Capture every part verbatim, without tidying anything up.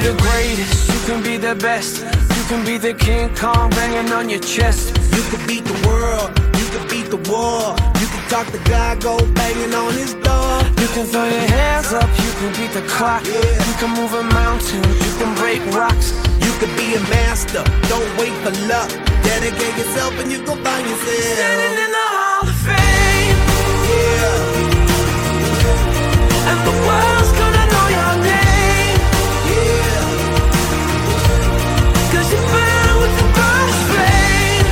the greatest, you can be the best. You can be the King Kong banging on your chest. You can beat the world, you can beat the war. You can talk to God, go banging on his door. You can throw your hands up, you can beat the clock. Yeah. You can move a mountain, you can break rocks. You can be a master, don't wait for luck. Dedicate yourself and you go find yourself. Standing in the Hall of Fame. Yeah. And the world's gonna know your name. Yeah. Cause you burn with the cross flame.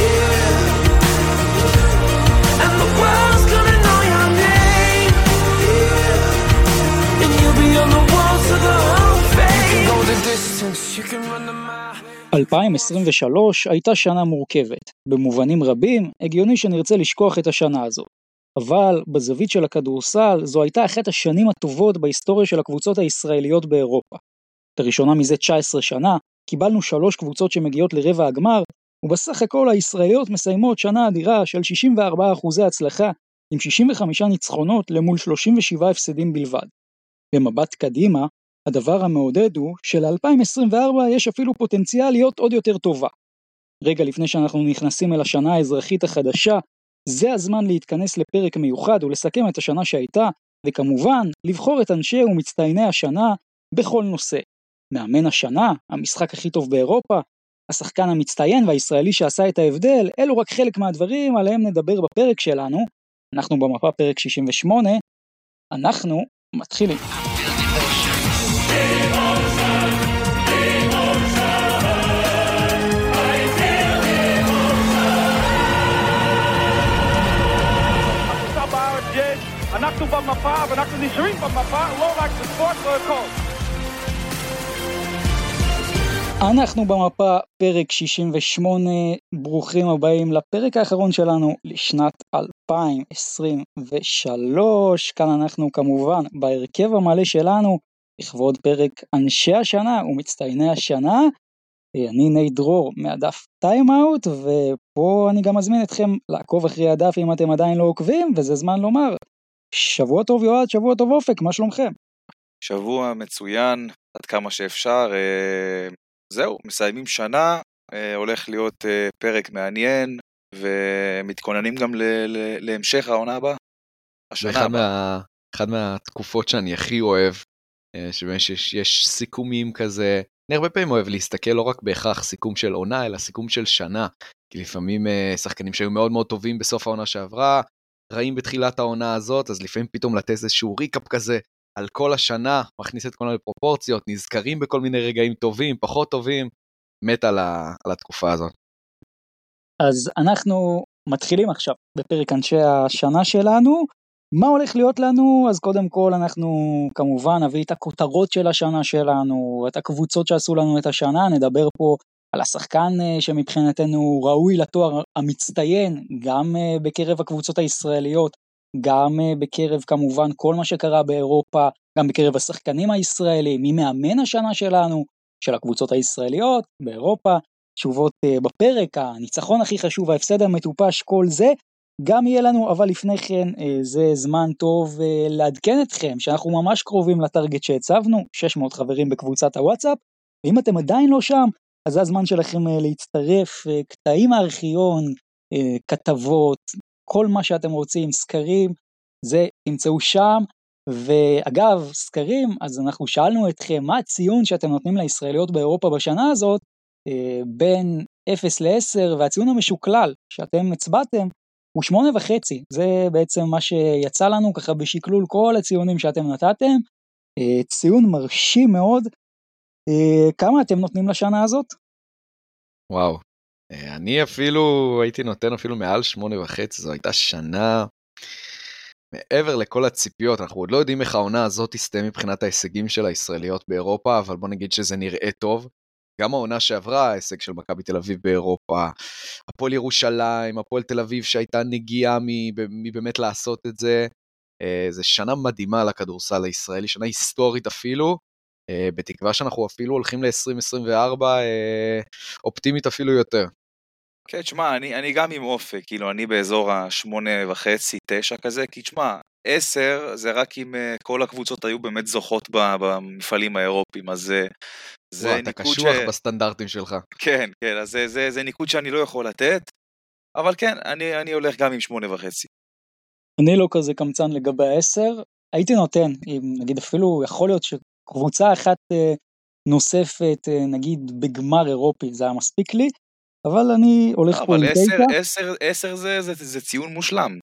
Yeah. And the world's gonna know your name. Yeah. And you'll be on the walls of the Hall of Fame. You can go the distance, you can run the mile. אלפיים עשרים ושלוש הייתה שנה מורכבת. במובנים רבים, הגיוני שנרצה לשכוח את השנה הזאת. אבל בזווית של הכדורסל, זו הייתה אחת השנים הטובות בהיסטוריה של הקבוצות הישראליות באירופה. לראשונה מזה תשע עשרה שנה, קיבלנו שלוש קבוצות שמגיעות לרבע הגמר, ובסך הכל הישראליות מסיימות שנה אדירה של שישים וארבעה אחוזי הצלחה, עם שישים וחמישה ניצחונות למול שלושים ושבעה הפסדים בלבד. במבט קדימה, הדבר המעודד הוא של-אלפיים עשרים וארבע יש אפילו פוטנציאל להיות עוד יותר טובה. רגע לפני שאנחנו נכנסים אל השנה האזרחית החדשה, זה הזמן להתכנס לפרק מיוחד ולסכם את השנה שהייתה, וכמובן לבחור את אנשי ומצטייני השנה בכל נושא. מאמן השנה, המשחק הכי טוב באירופה, השחקן המצטיין והישראלי שעשה את ההבדל, אלו רק חלק מהדברים עליהם נדבר בפרק שלנו. אנחנו במפה פרק שישים ושמונה, אנחנו מתחילים. אנחנו במפה, ואנחנו נשארים במפה, לא רק בספורט, לא הכל. אנחנו במפה פרק שישים ושמונה, ברוכים הבאים לפרק האחרון שלנו לשנת אלפיים עשרים ושלוש. כאן אנחנו כמובן בהרכב המלא שלנו, לכבוד פרק אנשי השנה ומצטייני השנה. אני ניי דרור מהדף טיימאוט, ופה אני גם מזמין אתכם לעקוב אחרי הדף אם אתם עדיין לא עוקבים, וזה זמן לומר, שבוע טוב יועד, שבוע טוב אופק, מה שלומכם? שבוע מצוין, עד כמה שאפשר, אה, זהו, מסיימים שנה, אה, הולך להיות אה, פרק מעניין, ומתכוננים גם ל- ל- להמשך העונה הבאה, השנה אחד, הבאה. מה, אחד מהתקופות שאני הכי אוהב, אה, שבאמת יש, יש סיכומים כזה, אני הרבה פעמים אוהב להסתכל לא רק בהכרח סיכום של עונה, אלא סיכום של שנה, כי לפעמים אה, שחקנים שהיו מאוד מאוד טובים בסוף העונה שעברה, רעים בתחילת העונה הזאת, אז לפעמים פתאום לתת איזשהו ריקאפ כזה על כל השנה, מכניס את כל מיני פרופורציות, נזכרים בכל מיני רגעים טובים, פחות טובים, מת על, ה, על התקופה הזאת. אז אנחנו מתחילים עכשיו בפרק אנשי השנה שלנו. מה הולך להיות לנו? אז קודם כל אנחנו כמובן נביא את הכותרות של השנה שלנו, את הקבוצות שעשו לנו את השנה, נדבר פה על השחקן שמבחינתנו ראוי לתואר המצטיין, גם בקרב הקבוצות הישראליות, גם בקרב כמובן כל מה שקרה באירופה, גם בקרב השחקנים הישראלים, מי מאמן השנה שלנו, של הקבוצות הישראליות באירופה, תשובות בפרק, הניצחון הכי חשוב, ההפסד המטופש, כל זה, גם יהיה לנו, אבל לפני כן זה זמן טוב לעדכן אתכם, שאנחנו ממש קרובים לטרגט שהצבנו, שש מאות חברים בקבוצת הוואטסאפ, ואם אתם עדיין לא שם, אז זה הזמן שלכם להצטרף, קטעים מהארכיון, כתבות, כל מה שאתם רוצים, סקרים, זה תמצאו שם. ואגב, סקרים, אז אנחנו שאלנו אתכם מה הציון שאתם נותנים לישראליות באירופה בשנה הזאת, בין אפס ל-עשר, והציון המשוקלל שאתם הצבעתם הוא שמונה וחצי. זה בעצם מה שיצא לנו ככה בשקלול כל הציונים שאתם נתתם, ציון מרשים מאוד. כמה אתם נותנים לשנה הזאת? וואו, אני אפילו הייתי נותן אפילו מעל שמונה וחצי, זו הייתה שנה מעבר לכל הציפיות, אנחנו עוד לא יודעים איך העונה הזאת תסתיים מבחינת ההישגים של הישראליות באירופה, אבל בוא נגיד שזה נראה טוב, גם העונה שעברה, ההישג של מכבי תל אביב באירופה, הפועל ירושלים, הפועל תל אביב שהייתה נגיעה מבאמת לעשות את זה, זה שנה מדהימה לכדורסל הישראלי, שנה היסטורית אפילו, בתקווה שאנחנו אפילו הולכים ל-עשרים עשרים וארבע, אופטימית אפילו יותר. כן, תשמע, אני, אני גם עם אופק, כאילו, אני באזור השמונה וחצי, תשע כזה, כי תשמע, עשר זה רק אם כל הקבוצות היו באמת זוכות במפעלים האירופיים, אז זה, זה וואו, אתה ניקוד קשוח ש... בסטנדרטים שלך. כן, כן, אז זה, זה, זה ניקוד שאני לא יכול לתת, אבל כן, אני, אני הולך גם עם שמונה וחצי. אני לא כזה קמצן לגבי העשר, הייתי נותן, אם נגיד אפילו יכול להיות שקבוצה אחת אה, נוספת, אה, נגיד בגמר אירופי, זה היה מספיק לי, אבל אני הולך לא, פה עם אבל עשר, תשע. עשר, עשר זה, זה, זה ציון מושלם.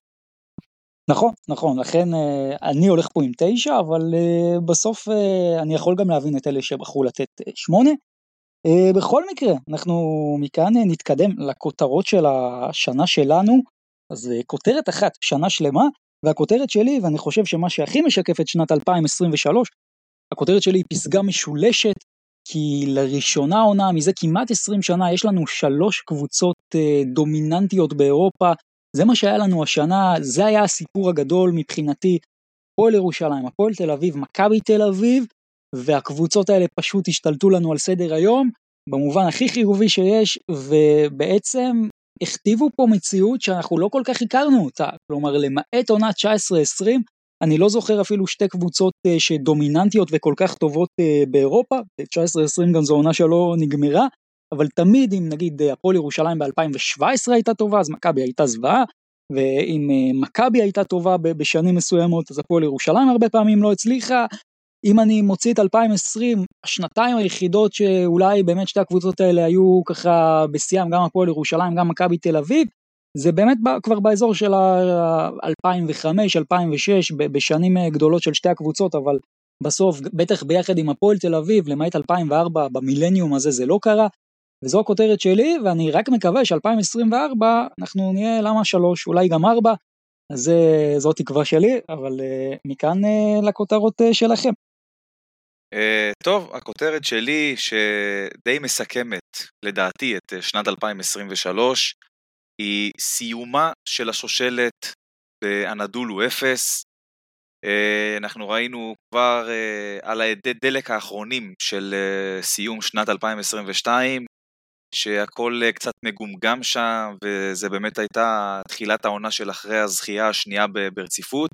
נכון, נכון, לכן אה, אני הולך פה עם תשע, אבל אה, בסוף אה, אני יכול גם להבין את אלה שבחרו לתת אה, שמונה. אה, בכל מקרה, אנחנו מכאן אה, נתקדם לכותרות של השנה שלנו, אז אה, כותרת אחת, שנה שלמה, והכותרת שלי, ואני חושב שמה שהכי משקף את שנת אלפיים עשרים ושלוש, הכותרת שלי היא פסגה משולשת, כי לראשונה עונה, מזה כמעט עשרים שנה, יש לנו שלוש קבוצות אה, דומיננטיות באירופה, זה מה שהיה לנו השנה, זה היה הסיפור הגדול מבחינתי, הפועל ירושלים, הפועל תל אביב, מכבי תל אביב, והקבוצות האלה פשוט השתלטו לנו על סדר היום, במובן הכי חיובי שיש, ובעצם הכתיבו פה מציאות שאנחנו לא כל כך הכרנו אותה, כלומר למעט עונה תשע עשרה עשרים, אני לא זוכר אפילו שתי קבוצות uh, שדומיננטיות וכל כך טובות uh, באירופה, תשע עשרה עשרים גם זו עונה שלא נגמרה, אבל תמיד אם נגיד הפועל ירושלים ב-אלפיים שבע עשרה הייתה טובה, אז מכבי הייתה זוועה, ואם uh, מכבי הייתה טובה בשנים מסוימות, אז הפועל ירושלים הרבה פעמים לא הצליחה. אם אני מוציא את אלפיים עשרים, השנתיים היחידות שאולי באמת שתי הקבוצות האלה היו ככה בשיאם, גם הפועל ירושלים, גם מכבי תל אביב, זה באמת כבר באזור של אלפיים וחמש אלפיים ושש, בשנים גדולות של שתי הקבוצות, אבל בסוף, בטח ביחד עם הפועל תל אביב, למעט אלפיים וארבע, במילניום הזה זה לא קרה, וזו הכותרת שלי, ואני רק מקווה ש-אלפיים עשרים וארבע אנחנו נהיה למה שלוש, אולי גם ארבע, אז זו תקווה שלי, אבל מכאן לכותרות שלכם. Uh, טוב, הכותרת שלי שדי מסכמת לדעתי את uh, שנת אלפיים עשרים ושלוש היא סיומה של השושלת באנדולו אפס. uh, אנחנו ראינו כבר uh, על הידי דלק האחרונים של uh, סיום שנת אלפיים עשרים ושתיים שהכל uh, קצת מגומגם שם, וזה באמת הייתה תחילת העונה של אחרי הזכייה השנייה ברציפות,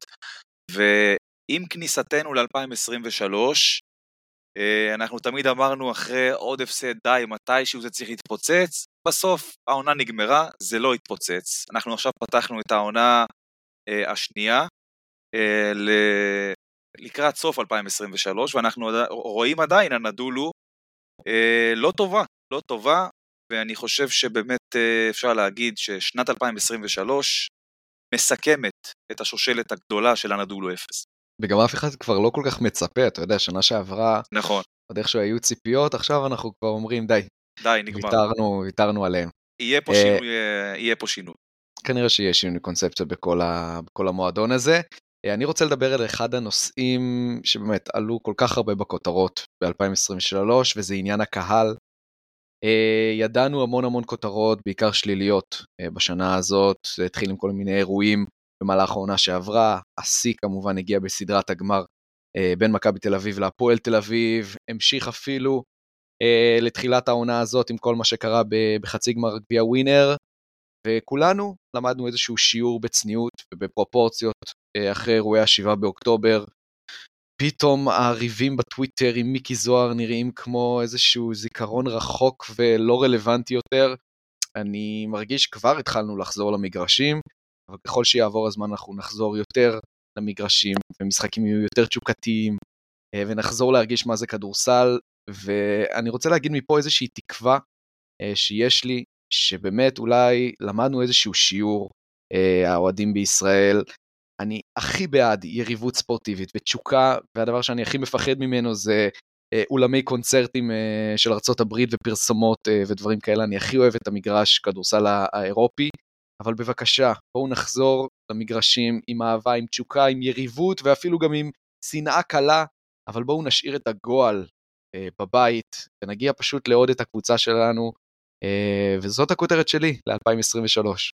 ועם כניסתנו ל-אלפיים עשרים ושלוש אנחנו תמיד אמרנו אחרי עוד הפסד די, מתישהו זה צריך להתפוצץ, בסוף העונה נגמרה, זה לא התפוצץ. אנחנו עכשיו פתחנו את העונה אה, השנייה אה, ל- לקראת סוף אלפיים עשרים ושלוש, ואנחנו רואים עדיין הנדולו אה, לא טובה, לא טובה, ואני חושב שבאמת אה, אפשר להגיד ששנת אלפיים עשרים ושלוש מסכמת את השושלת הגדולה של הנדולו אפס. וגם אף אחד כבר לא כל כך מצפה, אתה יודע, שנה שעברה, נכון. עוד איכשהו היו ציפיות, עכשיו אנחנו כבר אומרים די. די, נגמר. ויתרנו, ויתרנו עליהם. יהיה פה שינוי, יהיה פה שינוי. כנראה שיהיה שינוי קונספציה בכל, ה, בכל המועדון הזה. אני רוצה לדבר על אחד הנושאים שבאמת עלו כל כך הרבה בכותרות ב-אלפיים עשרים ושלוש, וזה עניין הקהל. ידענו המון המון כותרות, בעיקר שליליות בשנה הזאת, זה התחיל עם כל מיני אירועים במהלך העונה שעברה, השיא כמובן הגיע בסדרת הגמר בין מכבי תל אביב להפועל תל אביב, המשיך אפילו לתחילת העונה הזאת עם כל מה שקרה בחצי גמר גביע ווינר, וכולנו למדנו איזשהו שיעור בצניעות ובפרופורציות אחרי אירועי השבעה באוקטובר, פתאום הריבים בטוויטר עם מיקי זוהר נראים כמו איזשהו זיכרון רחוק ולא רלוונטי יותר, אני מרגיש כבר התחלנו לחזור למגרשים, אבל ככל שיעבור הזמן אנחנו נחזור יותר למגרשים, ומשחקים יהיו יותר תשוקתיים, ונחזור להרגיש מה זה כדורסל, ואני רוצה להגיד מפה איזושהי תקווה שיש לי, שבאמת אולי למדנו איזשהו שיעור, האוהדים בישראל, אני הכי בעד יריבות ספורטיבית ותשוקה, והדבר שאני הכי מפחד ממנו זה אולמי קונצרטים של ארצות הברית ופרסומות ודברים כאלה, אני הכי אוהב את המגרש כדורסל האירופי, אבל בבקשה, בואו נחזור למגרשים עם אהבה, עם תשוקה, עם יריבות ואפילו גם עם שנאה קלה, אבל בואו נשאיר את הגועל בבית ונגיע פשוט לעוד את הקבוצה שלנו, וזאת הכותרת שלי ל-אלפיים עשרים ושלוש.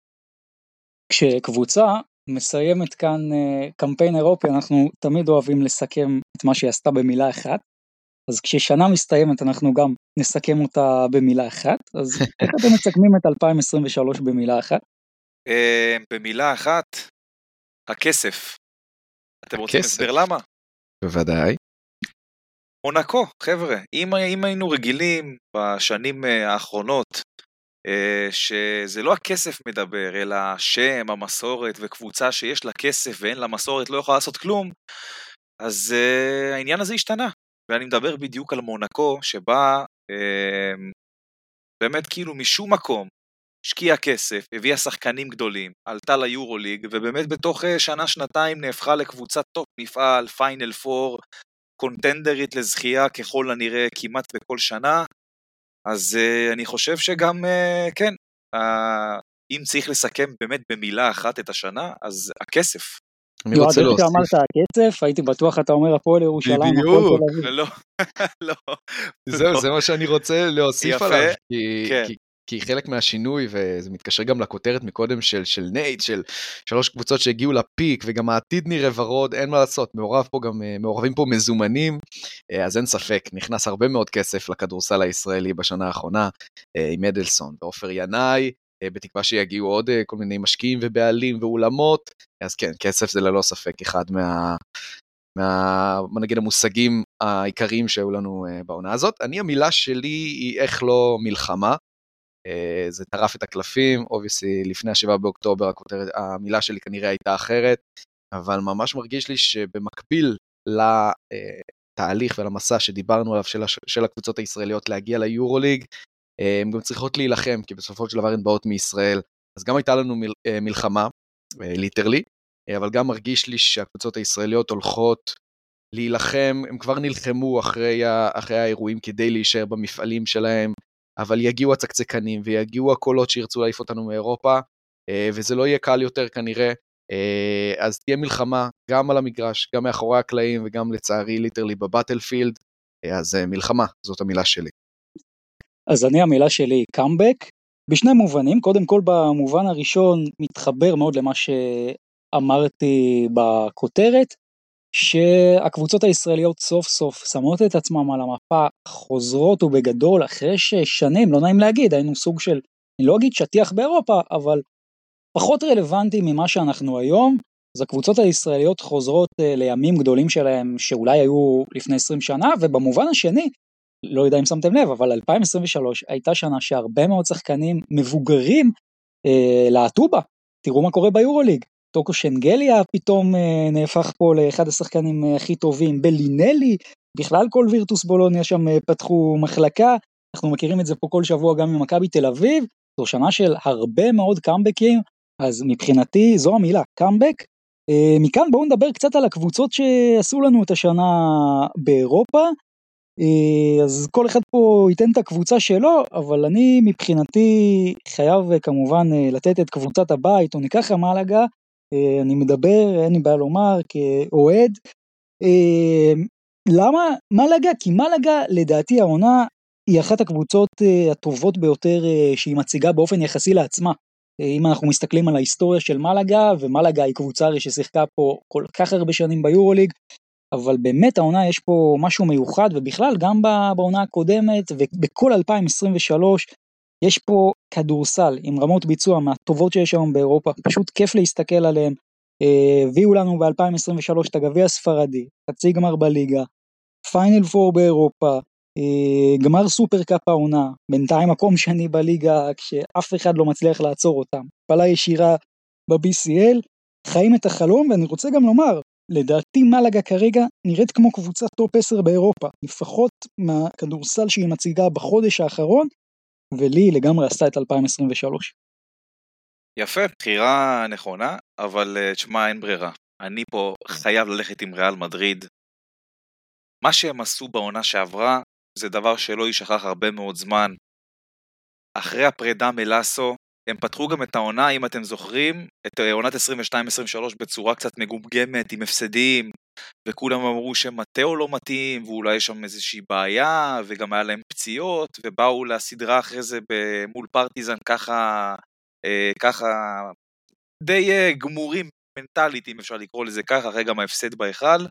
כשקבוצה מסיימת כאן קמפיין אירופי, אנחנו תמיד אוהבים לסכם את מה שהיא עשתה במילה אחת, אז כששנה מסתיימת אנחנו גם נסכם אותה במילה אחת, אז איך אתם מסכמים את אלפיים עשרים ושלוש במילה אחת? במילה אחת, הכסף. אתם רוצים הכסף. הסבר למה? בוודאי. מונקו, חבר'ה, אם, אם היינו רגילים בשנים האחרונות, שזה לא הכסף מדבר, אלא השם, המסורת וקבוצה שיש לה כסף ואין לה מסורת לא יכולה לעשות כלום, אז uh, העניין הזה השתנה, ואני מדבר בדיוק על מונקו, שבה uh, באמת כאילו משום מקום, השקיעה כסף, הביאה שחקנים גדולים, עלתה ליורוליג, ובאמת בתוך uh, שנה-שנתיים נהפכה לקבוצת טופ מפעל, פיינל פור, קונטנדרית לזכייה ככל הנראה כמעט בכל שנה, אז uh, אני חושב שגם, uh, כן, uh, אם צריך לסכם באמת במילה אחת את השנה, אז הכסף. אני רוצה להוסיף. יועד, איך שאמרת הכסף, הייתי בטוח אתה אומר הפועל ירושלים, הפועל בדיוק. תל אביב. לא, לא. זהו, זה מה שאני רוצה להוסיף יפה, עליו, כי, כן. כי, כי חלק מהשינוי, וזה מתקשר גם לכותרת מקודם של, של נייט, של שלוש קבוצות שהגיעו לפיק, וגם העתיד נראה ורוד, אין מה לעשות, מעורב פה גם, מעורבים פה מזומנים, אז אין ספק, נכנס הרבה מאוד כסף לכדורסל הישראלי בשנה האחרונה, עם אדלסון ואופר ינאי, בתקווה שיגיעו עוד כל מיני משקיעים ובעלים ואולמות, אז כן, כסף זה ללא ספק אחד מה... מה, מה נגיד המושגים העיקריים שהיו לנו uh, בעונה הזאת. אני, המילה שלי היא איך לא מלחמה, uh, זה טרף את הקלפים, obviously לפני השבעה באוקטובר הכותרת, המילה שלי כנראה הייתה אחרת, אבל ממש מרגיש לי שבמקביל לתהליך ולמסע שדיברנו עליו של, של הקבוצות הישראליות להגיע ליורוליג, uh, הן גם צריכות להילחם, כי בסופו של דבר הן באות מישראל, אז גם הייתה לנו מל, uh, מלחמה, ליטרלי, uh, אבל גם מרגיש לי שהקבוצות הישראליות הולכות להילחם, הם כבר נלחמו אחרי, ה, אחרי האירועים כדי להישאר במפעלים שלהם, אבל יגיעו הצקצקנים ויגיעו הקולות שירצו להעיף אותנו מאירופה, וזה לא יהיה קל יותר כנראה, אז תהיה מלחמה גם על המגרש, גם מאחורי הקלעים וגם לצערי ליטרלי בבטלפילד, אז מלחמה, זאת המילה שלי. אז אני המילה שלי קאמבק, בשני מובנים, קודם כל במובן הראשון מתחבר מאוד למה ש... אמרתי בכותרת, שהקבוצות הישראליות סוף סוף שמות את עצמם על המפה, חוזרות ובגדול, אחרי ששנים, לא נעים להגיד, היינו סוג של, אני לא אגיד שטיח באירופה, אבל פחות רלוונטי ממה שאנחנו היום, אז הקבוצות הישראליות חוזרות לימים גדולים שלהם, שאולי היו לפני עשרים שנה, ובמובן השני, לא יודע אם שמתם לב, אבל אלפיים עשרים ושלוש הייתה שנה שהרבה מאוד שחקנים מבוגרים אה, לעטו בה, תראו מה קורה ביורוליג, טוקו שנגליה פתאום אה, נהפך פה לאחד השחקנים אה, הכי טובים, בלינלי, בכלל כל וירטוס בולוניה שם אה, פתחו מחלקה, אנחנו מכירים את זה פה כל שבוע גם ממכבי תל אביב, זו שנה של הרבה מאוד קאמבקים, אז מבחינתי זו המילה, קאמבק. אה, מכאן בואו נדבר קצת על הקבוצות שעשו לנו את השנה באירופה, אה, אז כל אחד פה ייתן את הקבוצה שלו, אבל אני מבחינתי חייב כמובן אה, לתת את קבוצת הבית, או ניקח המלגה, אני מדבר, אין לי בעיה לומר, כאוהד. למה? מלגה? כי מלגה, לדעתי העונה, היא אחת הקבוצות הטובות ביותר שהיא מציגה באופן יחסי לעצמה. אם אנחנו מסתכלים על ההיסטוריה של מלגה, ומלגה היא קבוצה ששיחקה פה כל כך הרבה שנים ביורוליג, אבל באמת העונה יש פה משהו מיוחד, ובכלל גם בעונה הקודמת, ובכל אלפיים עשרים ושלוש, יש פה כדורסל עם רמות ביצוע מהטובות שיש היום באירופה, פשוט כיף להסתכל עליהם, הביאו לנו ב-אלפיים עשרים ושלוש את הגביע הספרדי, חצי גמר בליגה, פיינל פור באירופה, גמר סופר קאפ העונה, בינתיים מקום שני בליגה, כשאף אחד לא מצליח לעצור אותם, פעלה ישירה ב-בי סי אל, חיים את החלום, ואני רוצה גם לומר, לדעתי מלגה כרגע נראית כמו קבוצת טופ עשר באירופה, לפחות מהכדורסל שהיא מציגה בחודש האחרון, ולי לגמרי עשתה את אלפיים עשרים ושלוש. יפה, בחירה נכונה, אבל תשמע, אין ברירה. אני פה חייב ללכת עם ריאל מדריד. מה שהם עשו בעונה שעברה, זה דבר שלא יישכח הרבה מאוד זמן. אחרי הפרידה מלאסו, הם פתחו גם את העונה, אם אתם זוכרים, את עונת עשרים ושתיים עשרים ושלוש בצורה קצת מגומגמת, עם הפסדים, וכולם אמרו שמטאו לא מתאים, ואולי יש שם איזושהי בעיה, וגם היה להם פציעות, ובאו לסדרה אחרי זה מול פרטיזן ככה, אה, ככה, די אה, גמורים מנטלית, אם אפשר לקרוא לזה ככה, אחרי גם ההפסד בהיכל,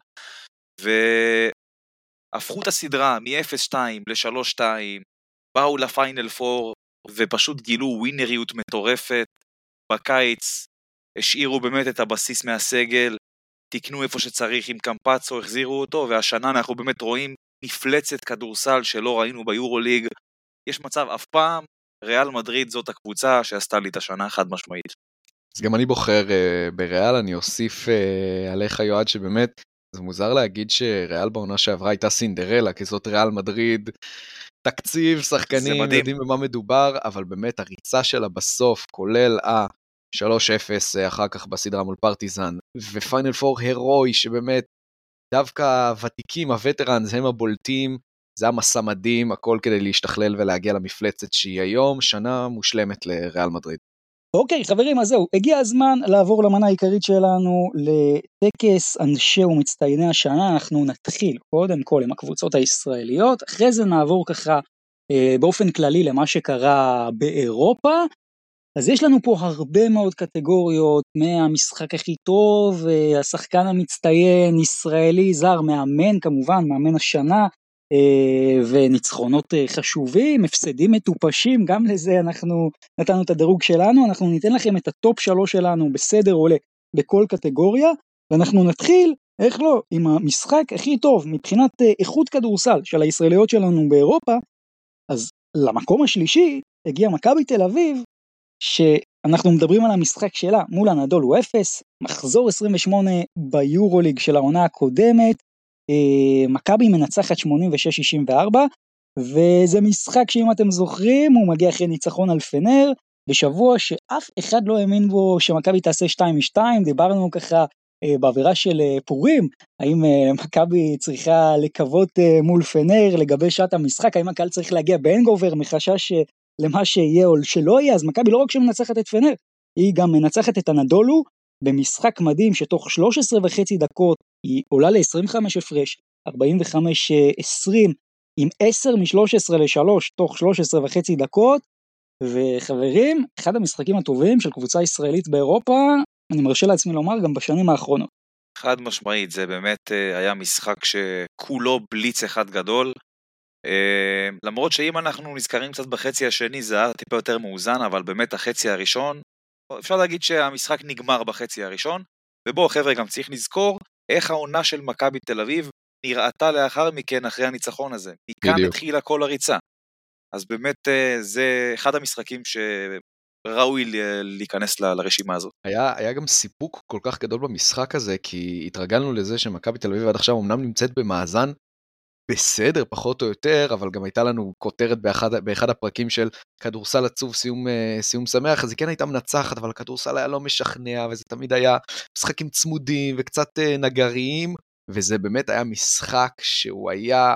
והפכו את הסדרה מ-אפס שתיים ל-שלוש שתיים, באו לפיינל פור, ופשוט גילו ווינריות מטורפת, בקיץ השאירו באמת את הבסיס מהסגל, תקנו איפה שצריך עם קמפצו, החזירו אותו, והשנה אנחנו באמת רואים מפלצת כדורסל שלא ראינו ביורוליג. יש מצב אף פעם, ריאל מדריד זאת הקבוצה שעשתה לי את השנה חד משמעית. אז גם אני בוחר uh, בריאל, אני אוסיף uh, עליך יועד שבאמת, זה מוזר להגיד שריאל בעונה שעברה הייתה סינדרלה, כי זאת ריאל מדריד, תקציב, שחקנים, יודעים במה מדובר, אבל באמת הריצה שלה בסוף, כולל ה-שלוש אפס אחר כך בסדרה מול פרטיזן, ופיינל פור הרואי, שבאמת דווקא הוותיקים, הווטרנס, הם הבולטים, זה המסע מדהים, הכל כדי להשתכלל ולהגיע למפלצת שהיא היום, שנה מושלמת לריאל מדריד. אוקיי, חברים, אז זהו, הגיע הזמן לעבור למנה העיקרית שלנו, לטקס אנשי ומצטייני השנה. אנחנו נתחיל קודם כל עם הקבוצות הישראליות, אחרי זה נעבור ככה אה, באופן כללי למה שקרה באירופה. אז יש לנו פה הרבה מאוד קטגוריות, מהמשחק הכי טוב, אה, השחקן המצטיין, ישראלי, זר, מאמן כמובן, מאמן השנה, וניצחונות חשובים, הפסדים מטופשים, גם לזה אנחנו נתנו את הדירוג שלנו. אנחנו ניתן לכם את הטופ שלוש שלנו בסדר עולה בכל קטגוריה, ואנחנו נתחיל, איך לא, עם המשחק הכי טוב מבחינת איכות כדורסל של הישראליות שלנו באירופה. אז למקום השלישי הגיע מכבי תל אביב, שאנחנו מדברים על המשחק שלה מול הנדולו אפס, מחזור עשרים ושמונה ביורוליג של העונה הקודמת, מכבי מנצחת שמונים ושש שישים וארבע, וזה משחק שאם אתם זוכרים, הוא מגיע אחרי ניצחון על פנר, בשבוע שאף אחד לא האמין בו שמכבי תעשה שתיים משתיים, דיברנו ככה באווירה של פורים, האם מכבי צריכה לקוות מול פנר לגבי שעת המשחק, האם הקהל צריך להגיע באנגובר מחשש למה שיהיה או שלא יהיה. אז מכבי לא רק שמנצחת את פנר, היא גם מנצחת את הנדולו, במשחק מדהים שתוך שלוש עשרה וחצי דקות היא עולה ל-עשרים וחמש הפרש, ארבעים וחמש עשרים, עם עשר מ-שלוש עשרה ל-שלוש תוך שלוש עשרה וחצי דקות. וחברים, אחד המשחקים הטובים של קבוצה ישראלית באירופה, אני מרשה לעצמי לומר גם בשנים האחרונות. חד משמעית, זה באמת היה משחק שכולו בליץ אחד גדול, למרות שאם אנחנו נזכרים קצת בחצי השני זה היה טיפה יותר מאוזן, אבל באמת החצי הראשון, אפשר להגיד שהמשחק נגמר בחצי הראשון, ובואו חבר'ה גם צריך לזכור איך העונה של מכבי תל אביב נראתה לאחר מכן אחרי הניצחון הזה. מכאן בדיוק. התחילה כל הריצה. אז באמת זה אחד המשחקים שראוי להיכנס ל- לרשימה הזאת. היה, היה גם סיפוק כל כך גדול במשחק הזה, כי התרגלנו לזה שמכבי תל אביב עד עכשיו אמנם נמצאת במאזן בסדר, פחות או יותר, אבל גם הייתה לנו כותרת באחד, באחד הפרקים של כדורסל עצוב, סיום, סיום שמח, אז היא כן הייתה מנצחת, אבל הכדורסל היה לא משכנע, וזה תמיד היה משחקים צמודים וקצת נגריים, וזה באמת היה משחק שהוא היה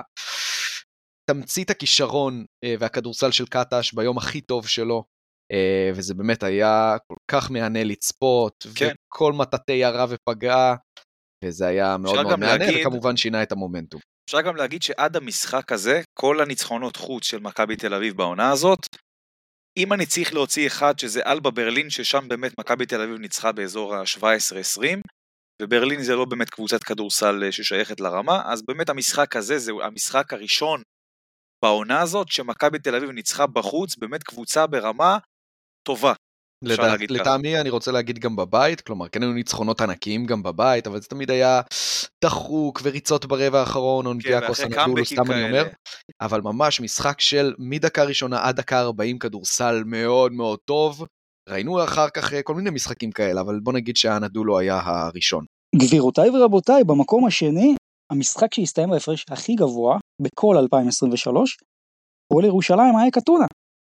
תמצית הכישרון והכדורסל של קטש ביום הכי טוב שלו, וזה באמת היה כל כך מענה לצפות, כן. וכל מטאטי ירה ופגעה, וזה היה מאוד מאוד מענה, להגיד... וכמובן שינה את המומנטום. אפשר גם להגיד שעד המשחק הזה, כל הניצחונות חוץ של מכבי תל אביב בעונה הזאת, אם אני צריך להוציא אחד שזה אלבה ברלין, ששם באמת מכבי תל אביב ניצחה באזור ה-שבע עשרה עשרים, וברלין זה לא באמת קבוצת כדורסל ששייכת לרמה, אז באמת המשחק הזה זה המשחק הראשון בעונה הזאת, שמכבי תל אביב ניצחה בחוץ, באמת קבוצה ברמה טובה. לדע, לטעמי אני רוצה להגיד גם בבית, כלומר כן היו ניצחונות ענקיים גם בבית, אבל זה תמיד היה דחוק וריצות ברבע האחרון, אולימפיאקוס, הנדולו, סתם אני אומר, אבל ממש משחק של מדקה ראשונה עד דקה ארבעים כדורסל מאוד מאוד טוב, ראינו אחר כך כל מיני משחקים כאלה, אבל בוא נגיד שהנדולו היה הראשון. גבירותיי ורבותיי, במקום השני, המשחק שהסתיים בהפרש הכי גבוה בכל אלפיים עשרים ושלוש, הוא לירושלים היה קטונה.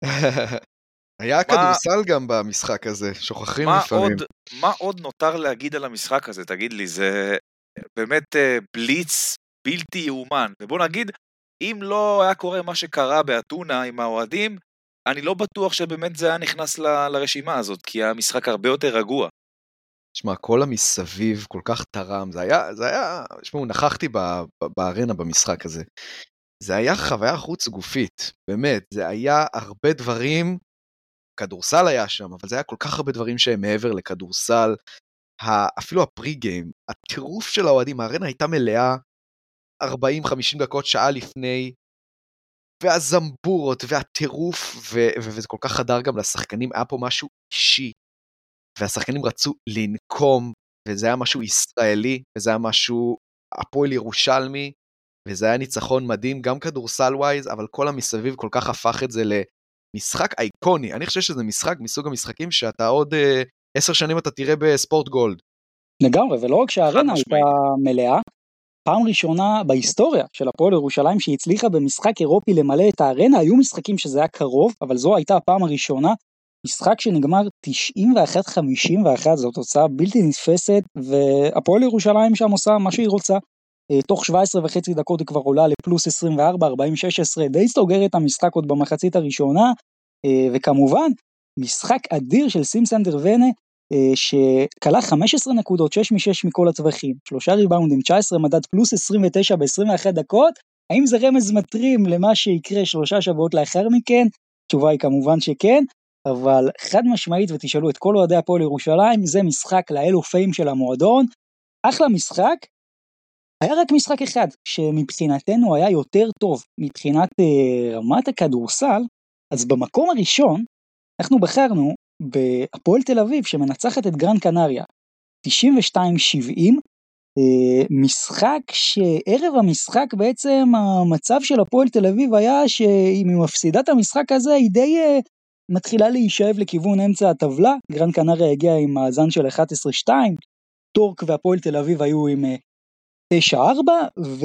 היה כדורסל גם במשחק הזה, שוכחים לפעמים. מה עוד נותר להגיד על המשחק הזה? תגיד לי, זה באמת בליץ בלתי יאומן. ובוא נגיד, אם לא היה קורה מה שקרה באתונה עם האוהדים, אני לא בטוח שבאמת זה היה נכנס ל- לרשימה הזאת, כי המשחק הרבה יותר רגוע. תשמע, כל המסביב כל כך תרם, זה היה, זה היה, תשמעו, נכחתי בארנה במשחק הזה. זה היה חוויה חוץ גופית, באמת, זה היה הרבה דברים, כדורסל היה שם, אבל זה היה כל כך הרבה דברים שהם מעבר לכדורסל, אפילו הפרי גיים, הטירוף של האוהדים, הארנה הייתה מלאה ארבעים חמישים דקות, שעה לפני, והזמבורות והטירוף, ו- ו- וזה כל כך חדר גם לשחקנים, היה פה משהו אישי, והשחקנים רצו לנקום וזה היה משהו ישראלי, וזה היה משהו הפועל ירושלמי, וזה היה ניצחון מדהים, גם כדורסל ווייז, אבל כל המסביב כל כך הפך את זה למשחק אייקוני. אני חושב שזה משחק מסוג המשחקים שאתה עוד אה, עשר שנים אתה תראה בספורט גולד. לגמרי, ולא רק שהארנה הייתה מלאה, פעם ראשונה בהיסטוריה של הפועל ירושלים שהצליחה במשחק אירופי למלא את הארנה, היו משחקים שזה היה קרוב, אבל זו הייתה הפעם הראשונה, משחק שנגמר תשעים ואחת חמישים ואחת, זו תוצאה בלתי נתפסת, והפועל ירושלים שם עושה מה שהיא רוצה, תוך שבע עשרה וחצי דקות היא כבר עולה לפלוס עשרים וארבע, ארבעים ושש עשרה, די סוגר את המשחק עוד במחצית הראשונה, וכמובן, משחק אדיר של סים סנדר ונה, שקלה חמש עשרה נקודות, שש משש מכל הטווחים, שלושה ריבאונדים, תשע עשרה מדד, פלוס עשרים ותשע ב-עשרים ואחת דקות, האם זה רמז מטרים למה שיקרה שלושה שבועות לאחר מכן? התשובה היא כמובן שכן, אבל חד משמעית, ותשאלו את כל אוהדי הפועל ירושלים, זה משחק לאלו פיים של המועדון, אחלה משחק, היה רק משחק אחד, שמבחינתנו היה יותר טוב, מבחינת uh, רמת הכדורסל, אז במקום הראשון, אנחנו בחרנו בהפועל תל אביב, שמנצחת את גרן קנריה, תשעים ושתיים שבעים, uh, משחק שערב המשחק בעצם המצב של הפועל תל אביב היה, שאם היא מפסידה את המשחק הזה, היא די uh, מתחילה להישאב לכיוון אמצע הטבלה, גרן קנריה הגיעה עם מאזן של אחת עשרה שתיים, טורק והפועל תל אביב היו עם uh, תשע ארבע,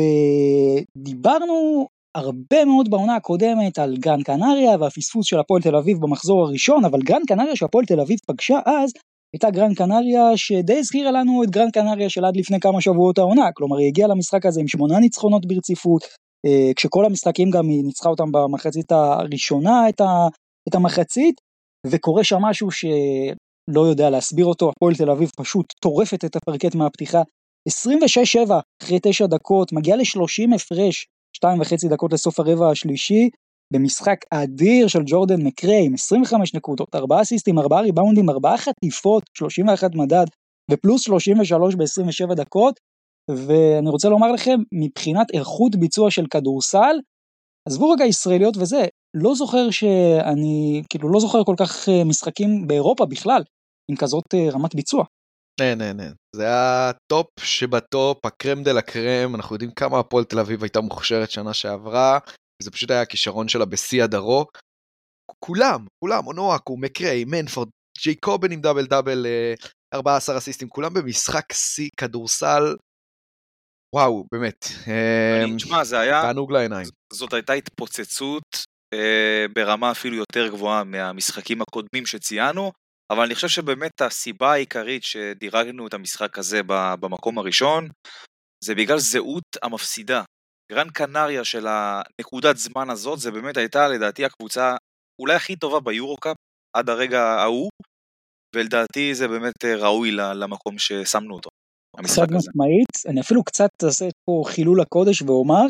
ודיברנו הרבה מאוד בעונה הקודמת על גרן קנריה והפספוס של הפועל תל אביב במחזור הראשון, אבל גרן קנריה שהפועל תל אביב פגשה אז, הייתה גרן קנריה שדי הזכירה לנו את גרן קנריה של עד לפני כמה שבועות העונה, כלומר היא הגיעה למשחק הזה עם שמונה ניצחונות ברציפות, כשכל המשחקים גם היא ניצחה אותם במחצית הראשונה את, ה, את המחצית, וקורה שם משהו שלא יודע להסביר אותו, הפועל תל אביב פשוט טורפת את הפרקט מהפתיחה, עשרים ושש שבע אחרי תשע דקות, מגיע ל-שלושים הפרש, שתיים וחצי דקות לסוף הרבע השלישי, במשחק אדיר של ג'ורדן מקריי, עם עשרים וחמש נקודות, ארבעה אסיסטים, ארבעה ריבאונדים, ארבעה חטיפות, שלושים ואחת מדד, ופלוס שלושים ושלוש ב-עשרים ושבע דקות, ואני רוצה לומר לכם, מבחינת איכות ביצוע של כדורסל, עזבו רגע ישראליות וזה, לא זוכר שאני, כאילו לא זוכר כל כך משחקים באירופה בכלל, עם כזאת רמת ביצוע. נה, נה, נה. זה הטופ שבטופ, הקרם דה לקרם, אנחנו יודעים כמה הפועל תל אביב הייתה מוכשרת שנה שעברה, וזה פשוט היה הכישרון שלה בשיא הדרו. כולם, כולם, אונואקו, מקריי, מנפורד, ג'ייקובן עם דאבל דאבל, ארבעה עשר אסיסטים, כולם במשחק שיא כדורסל, וואו, באמת. תשמע, זה היה, תענוג לעיניים. זאת הייתה התפוצצות ברמה אפילו יותר גבוהה מהמשחקים הקודמים שציינו, אבל אני חושב שבאמת הסיבה העיקרית שדירגנו את המשחק הזה במקום הראשון, זה בגלל זהות המפסידה. גרן קנריה של הנקודת זמן הזאת, זה באמת הייתה לדעתי הקבוצה אולי הכי טובה ביורוקאפ עד הרגע ההוא, ולדעתי זה באמת ראוי למקום ששמנו אותו. המשחק הזה. אני אפילו קצת אעשה פה חילול הקודש ואומר,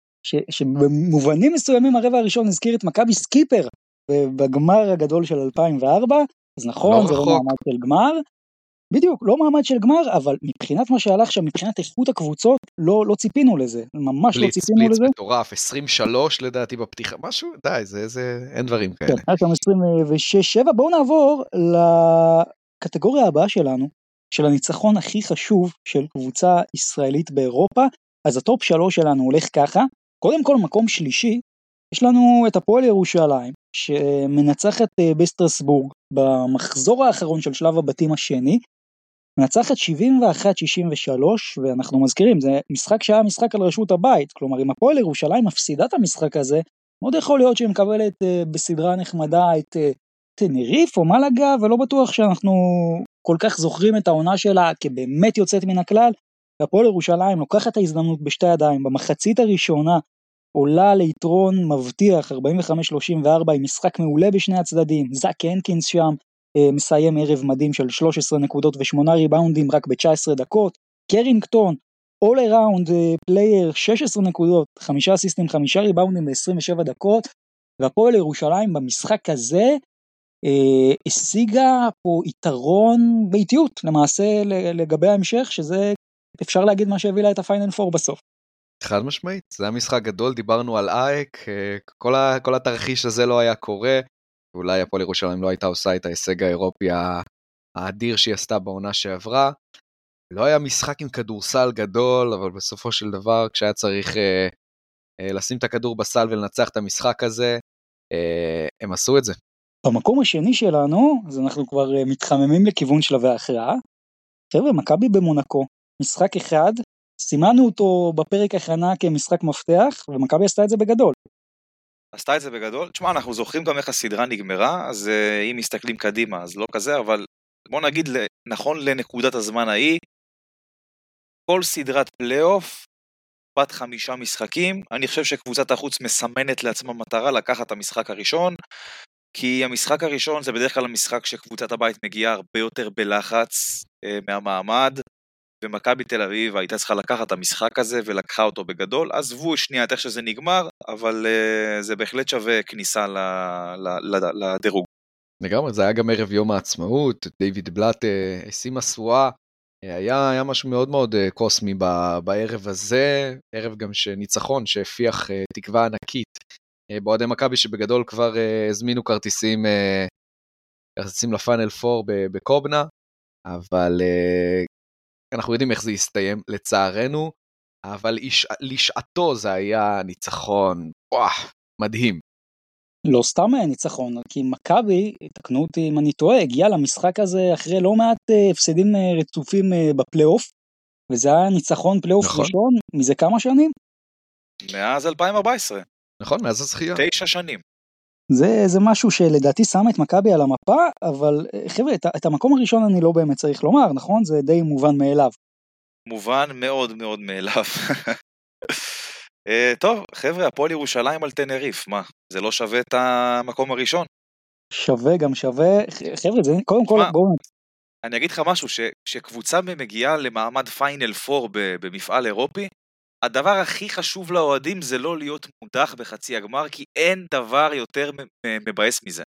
שבמובנים מסוימים הרבע הראשון הזכיר את מכבי סקיפר, בגמר הגדול של אלפיים וארבע, אז נכון, זה לא מעמד של גמר, בדיוק, לא מעמד של גמר, אבל מבחינת מה שהלך שם, מבחינת איכות הקבוצות, לא, לא ציפינו לזה, ממש לא ציפינו לזה. בליץ מטורף, עשרים ושלוש לדעתי בפתיחה, משהו, די, זה, זה, אין דברים כאלה. כן, היה שם עשרים ושש שבע, בואו נעבור לקטגוריה הבאה שלנו, של הניצחון הכי חשוב של קבוצה ישראלית באירופה, אז הטופ שלוש שלנו הולך ככה, קודם כל מקום שלישי, יש לנו את הפועל ירושלים, שמנצחת בסטרסבורג במחזור האחרון של שלב הבתים השני, מנצחת שבעים ואחת שישים ושלוש, ואנחנו מזכירים, זה משחק שהיה משחק על רשות הבית, כלומר אם הפועל ירושלים מפסידה את המשחק הזה, מאוד יכול להיות שהיא מקבלת בסדרה נחמדה את טנריף או מלאגה, ולא בטוח שאנחנו כל כך זוכרים את העונה שלה כבאמת יוצאת מן הכלל, והפועל ירושלים לוקחת את ההזדמנות בשתי ידיים, במחצית הראשונה, עולה ליתרון מבטיח, ארבעים וחמש שלושים וארבע, עם משחק מעולה בשני הצדדים, זאק הנקינס שם, מסיים ערב מדהים של שלוש עשרה נקודות ושמונה ריבאונדים רק ב-תשע עשרה דקות, קרינגטון, all around player, שש עשרה נקודות, חמישה אסיסטים, חמישה ריבאונדים ב-עשרים ושבע דקות, והפועל ירושלים במשחק הזה, אה, השיגה פה יתרון ביתיות, למעשה לגבי ההמשך, שזה אפשר להגיד מה שהביא לה את הפיינל פור בסוף. חד משמעית, זה היה משחק גדול, דיברנו על אייק, כל, ה, כל התרחיש הזה לא היה קורה, ואולי הפועל ירושלים לא הייתה עושה את ההישג האירופי האדיר שהיא עשתה בעונה שעברה, לא היה משחק עם כדורסל גדול, אבל בסופו של דבר, כשהיה צריך אה, אה, לשים את הכדור בסל ולנצח את המשחק הזה, אה, הם עשו את זה. במקום השני שלנו, אז אנחנו כבר אה, מתחממים לכיוון שלבי ההכרעה. חבר'ה, מכבי במונקו, משחק אחד, סימנו אותו בפרק הכנה כמשחק מפתח, ומכבי עשתה את זה בגדול. עשתה את זה בגדול? תשמע, אנחנו זוכרים גם איך הסדרה נגמרה, אז uh, אם מסתכלים קדימה, אז לא כזה, אבל בוא נגיד, נכון לנקודת הזמן ההיא, כל סדרת פלייאוף, בת חמישה משחקים, אני חושב שקבוצת החוץ מסמנת לעצמה מטרה לקחת את המשחק הראשון, כי המשחק הראשון זה בדרך כלל המשחק שקבוצת הבית מגיעה הרבה יותר בלחץ uh, מהמעמד, ומכבי תל אביב הייתה צריכה לקחת את המשחק הזה ולקחה אותו בגדול, עזבו שנייה את איך שזה נגמר, אבל uh, זה בהחלט שווה כניסה ל, ל, ל, לדירוג. לגמרי, זה היה גם ערב יום העצמאות, דיוויד בלאט השים מסועה, היה, היה משהו מאוד מאוד קוסמי ב, בערב הזה, ערב גם שניצחון שהפיח uh, תקווה ענקית, uh, בעודי מכבי שבגדול כבר uh, הזמינו כרטיסים, uh, כרטיסים לפאנל פור בקובנה, אבל uh, אנחנו יודעים איך זה יסתיים, לצערנו, אבל איש, לשעתו זה היה ניצחון, וואו, מדהים. לא סתם ניצחון, כי מכבי, תקנו אותי אם אני טועה, הגיע למשחק הזה אחרי לא מעט הפסדים רצופים בפלייאוף, וזה היה ניצחון פלייאוף נכון. ראשון, מזה כמה שנים? מאז אלפיים וארבע עשרה. נכון, מאז הזכייה. תשע שנים. זה, זה משהו שלדעתי שם את מכבי על המפה, אבל חבר'ה, את, את המקום הראשון אני לא באמת צריך לומר, נכון? זה די מובן מאליו. מובן מאוד מאוד מאליו. uh, טוב, חבר'ה, הפועל ירושלים על תנריף, מה? זה לא שווה את המקום הראשון? שווה, גם שווה. חבר'ה, זה קודם כל, בואו. אני אגיד לך משהו, שקבוצה מגיעה למעמד פיינל פור במפעל אירופי, הדבר הכי חשוב לאוהדים זה לא להיות מודח בחצי הגמר, כי אין דבר יותר מבאס מזה.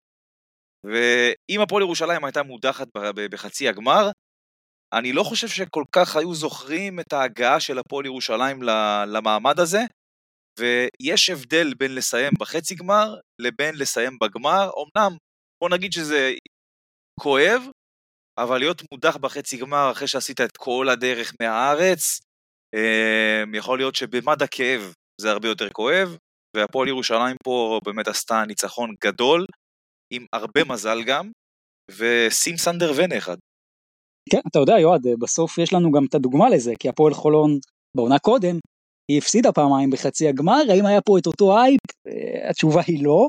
ואם הפועל ירושלים הייתה מודחת בחצי הגמר, אני לא חושב שכל כך היו זוכרים את ההגעה של הפועל ירושלים למעמד הזה, ויש הבדל בין לסיים בחצי גמר לבין לסיים בגמר. אמנם, בוא נגיד שזה כואב, אבל להיות מודח בחצי גמר אחרי שעשית את כל הדרך מהארץ, יכול להיות שבמד הכאב זה הרבה יותר כואב, והפועל ירושלים פה באמת עשתה ניצחון גדול, עם הרבה מזל גם, ושים סנדר ון אחד. כן, אתה יודע יועד, בסוף יש לנו גם את הדוגמה לזה, כי הפועל חולון בעונה קודם, היא הפסידה פעמיים בחצי הגמר, האם היה פה את אותו אייפ? התשובה היא לא.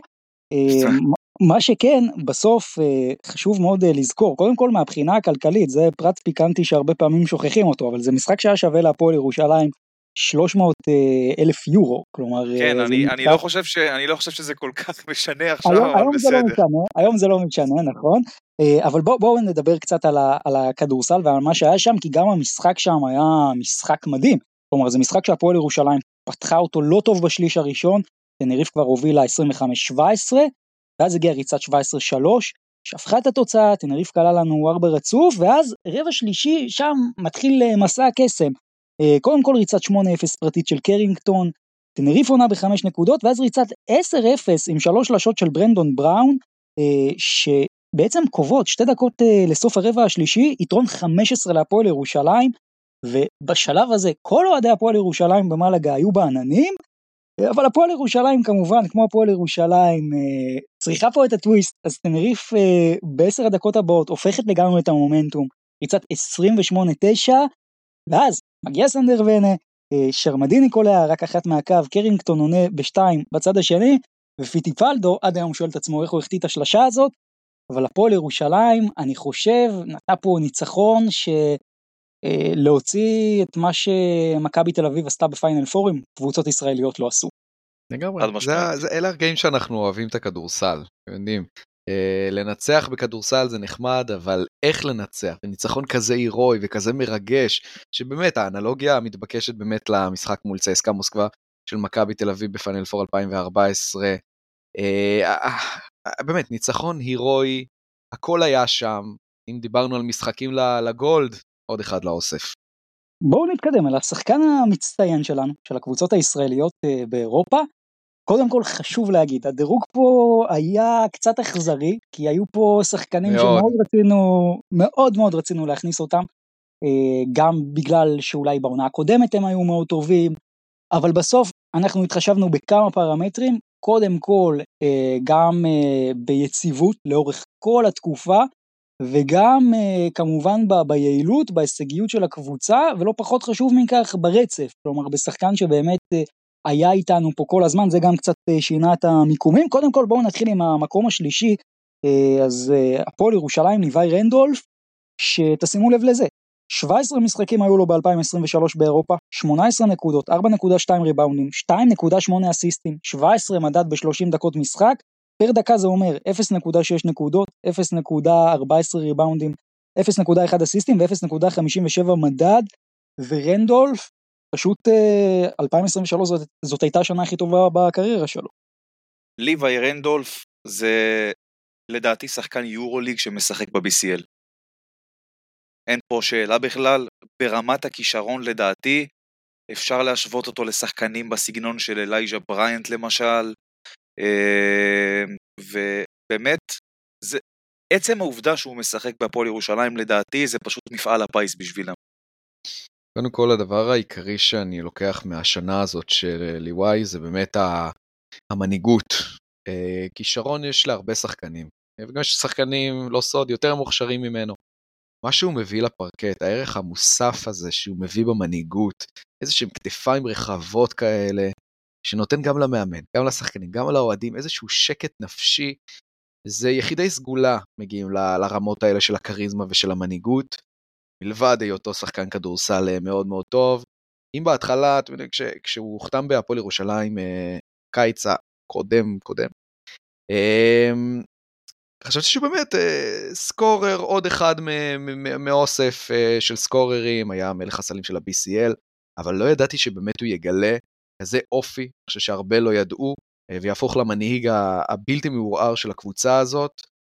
מה שכן, בסוף חשוב מאוד לזכור, קודם כל מהבחינה הכלכלית, זה פרט פיקנטי שהרבה פעמים שוכחים אותו, אבל זה משחק שהיה שווה להפועל ירושלים שלוש מאות אלף יורו, כלומר... כן, אני, אני, לא חושב ש, אני לא חושב שזה כל כך משנה עכשיו, היום, אבל היום בסדר. זה לא משנה, היום זה לא משנה, נכון? אבל בואו בוא נדבר קצת על, ה, על הכדורסל ועל מה שהיה שם, כי גם המשחק שם היה משחק מדהים, כלומר זה משחק שהפועל ירושלים פתחה אותו לא טוב בשליש הראשון, תנריף כבר הובילה עשרים וחמש שבע עשרה, ואז הגיע ריצת שבע עשרה שלוש, שפכה את התוצאה, תנריף קלה לנו ארבע רצוף, ואז רבע שלישי שם מתחיל מסע הקסם. קודם כל ריצת שמונה אפס פרטית של קרינגטון, תנריף עונה בחמש נקודות, ואז ריצת עשר אפס עם שלוש שלשות של ברנדון בראון, שבעצם קובעות שתי דקות לסוף הרבע השלישי, יתרון חמש עשרה להפועל ירושלים, ובשלב הזה כל אוהדי הפועל ירושלים במלגה היו בעננים, אבל הפועל ירושלים כמובן, כמו הפועל ירושלים, צריכה פה את הטוויסט, אז תנריף בעשר הדקות הבאות הופכת לגמרי את המומנטום, ריצת עשרים ושמונה תשע, ואז מגיע סנדר ונה, שרמדיני קולע רק אחת מהקו, קרינגטון עונה בשתיים בצד השני, ופיטיפלדו עד היום שואל את עצמו איך הוא החטיא את השלשה הזאת, אבל הפועל ירושלים, אני חושב, נתנה פה ניצחון ש... להוציא את מה שמכבי תל אביב עשתה בפיינל פורים, קבוצות ישראליות לא עשו. לגמרי, אלה הרגעים שאנחנו אוהבים את הכדורסל, אתם יודעים, לנצח בכדורסל זה נחמד, אבל איך לנצח, וניצחון כזה הירואי וכזה מרגש, שבאמת האנלוגיה המתבקשת באמת למשחק מול צסקה מוסקבה, של מכבי תל אביב בפיינל פור אלפיים וארבע עשרה, באמת ניצחון הירואי, הכל היה שם, אם דיברנו על משחקים לגולד, עוד אחד לאוסף. בואו נתקדם על השחקן המצטיין שלנו, של הקבוצות הישראליות באירופה. קודם כל חשוב להגיד, הדירוג פה היה קצת אכזרי, כי היו פה שחקנים מאוד. שמאוד רצינו, מאוד מאוד רצינו להכניס אותם, גם בגלל שאולי בעונה הקודמת הם היו מאוד טובים, אבל בסוף אנחנו התחשבנו בכמה פרמטרים, קודם כל גם ביציבות לאורך כל התקופה, וגם כמובן ביעילות, בהישגיות של הקבוצה, ולא פחות חשוב מכך ברצף, כלומר בשחקן שבאמת היה איתנו פה כל הזמן, זה גם קצת שינה את המיקומים. קודם כל בואו נתחיל עם המקום השלישי, אז הפועל ירושלים, ליוואי רנדולף, שתשימו לב לזה, שבע עשרה משחקים היו לו ב-אלפיים עשרים ושלוש באירופה, שמונה עשרה נקודות, ארבע נקודה שתיים ריבאונדים, שתיים נקודה שמונה אסיסטים, שבע עשרה מדד ב-שלושים דקות משחק, פר דקה זה אומר אפס נקודה שש נקודות, אפס נקודה ארבע עשרה ריבאונדים, אפס נקודה אחת אסיסטים ו-אפס נקודה חמישים ושבע מדד, ורנדולף, פשוט אלפיים עשרים ושלוש זאת, זאת הייתה השנה הכי טובה בקריירה שלו. ליוואי רנדולף זה לדעתי שחקן יורוליג שמשחק ב-בי סי אל. אין פה שאלה בכלל, ברמת הכישרון לדעתי, אפשר להשוות אותו לשחקנים בסגנון של אלייג'ה בריינט למשל, ובאמת, זה, עצם העובדה שהוא משחק בהפועל ירושלים לדעתי, זה פשוט מפעל הפיס בשבילם. קודם כל הדבר העיקרי שאני לוקח מהשנה הזאת של ליוואי, זה באמת המנהיגות. כישרון יש להרבה שחקנים, וגם יש שחקנים לא סוד יותר מוכשרים ממנו. מה שהוא מביא לפרקט, הערך המוסף הזה שהוא מביא במנהיגות, איזשהם כתפיים רחבות כאלה, שנותן גם למאמן, גם לשחקנים, גם לאוהדים, איזשהו שקט נפשי, זה יחידי סגולה מגיעים ל- לרמות האלה של הקריזמה ושל המנהיגות, מלבד היותו שחקן כדורסל מאוד מאוד טוב. אם בהתחלה, אתם יודעים, כש, כשהוא הוחתם בהפועל ירושלים, קיץ הקודם, קודם, חשבתי שהוא באמת סקורר, עוד אחד מאוסף של סקוררים, היה מלך הסלים של ה-בי סי אל, אבל לא ידעתי שבאמת הוא יגלה כזה אופי, אני חושב שהרבה לא ידעו, ויהפוך למנהיג הבלתי מעורער של הקבוצה הזאת,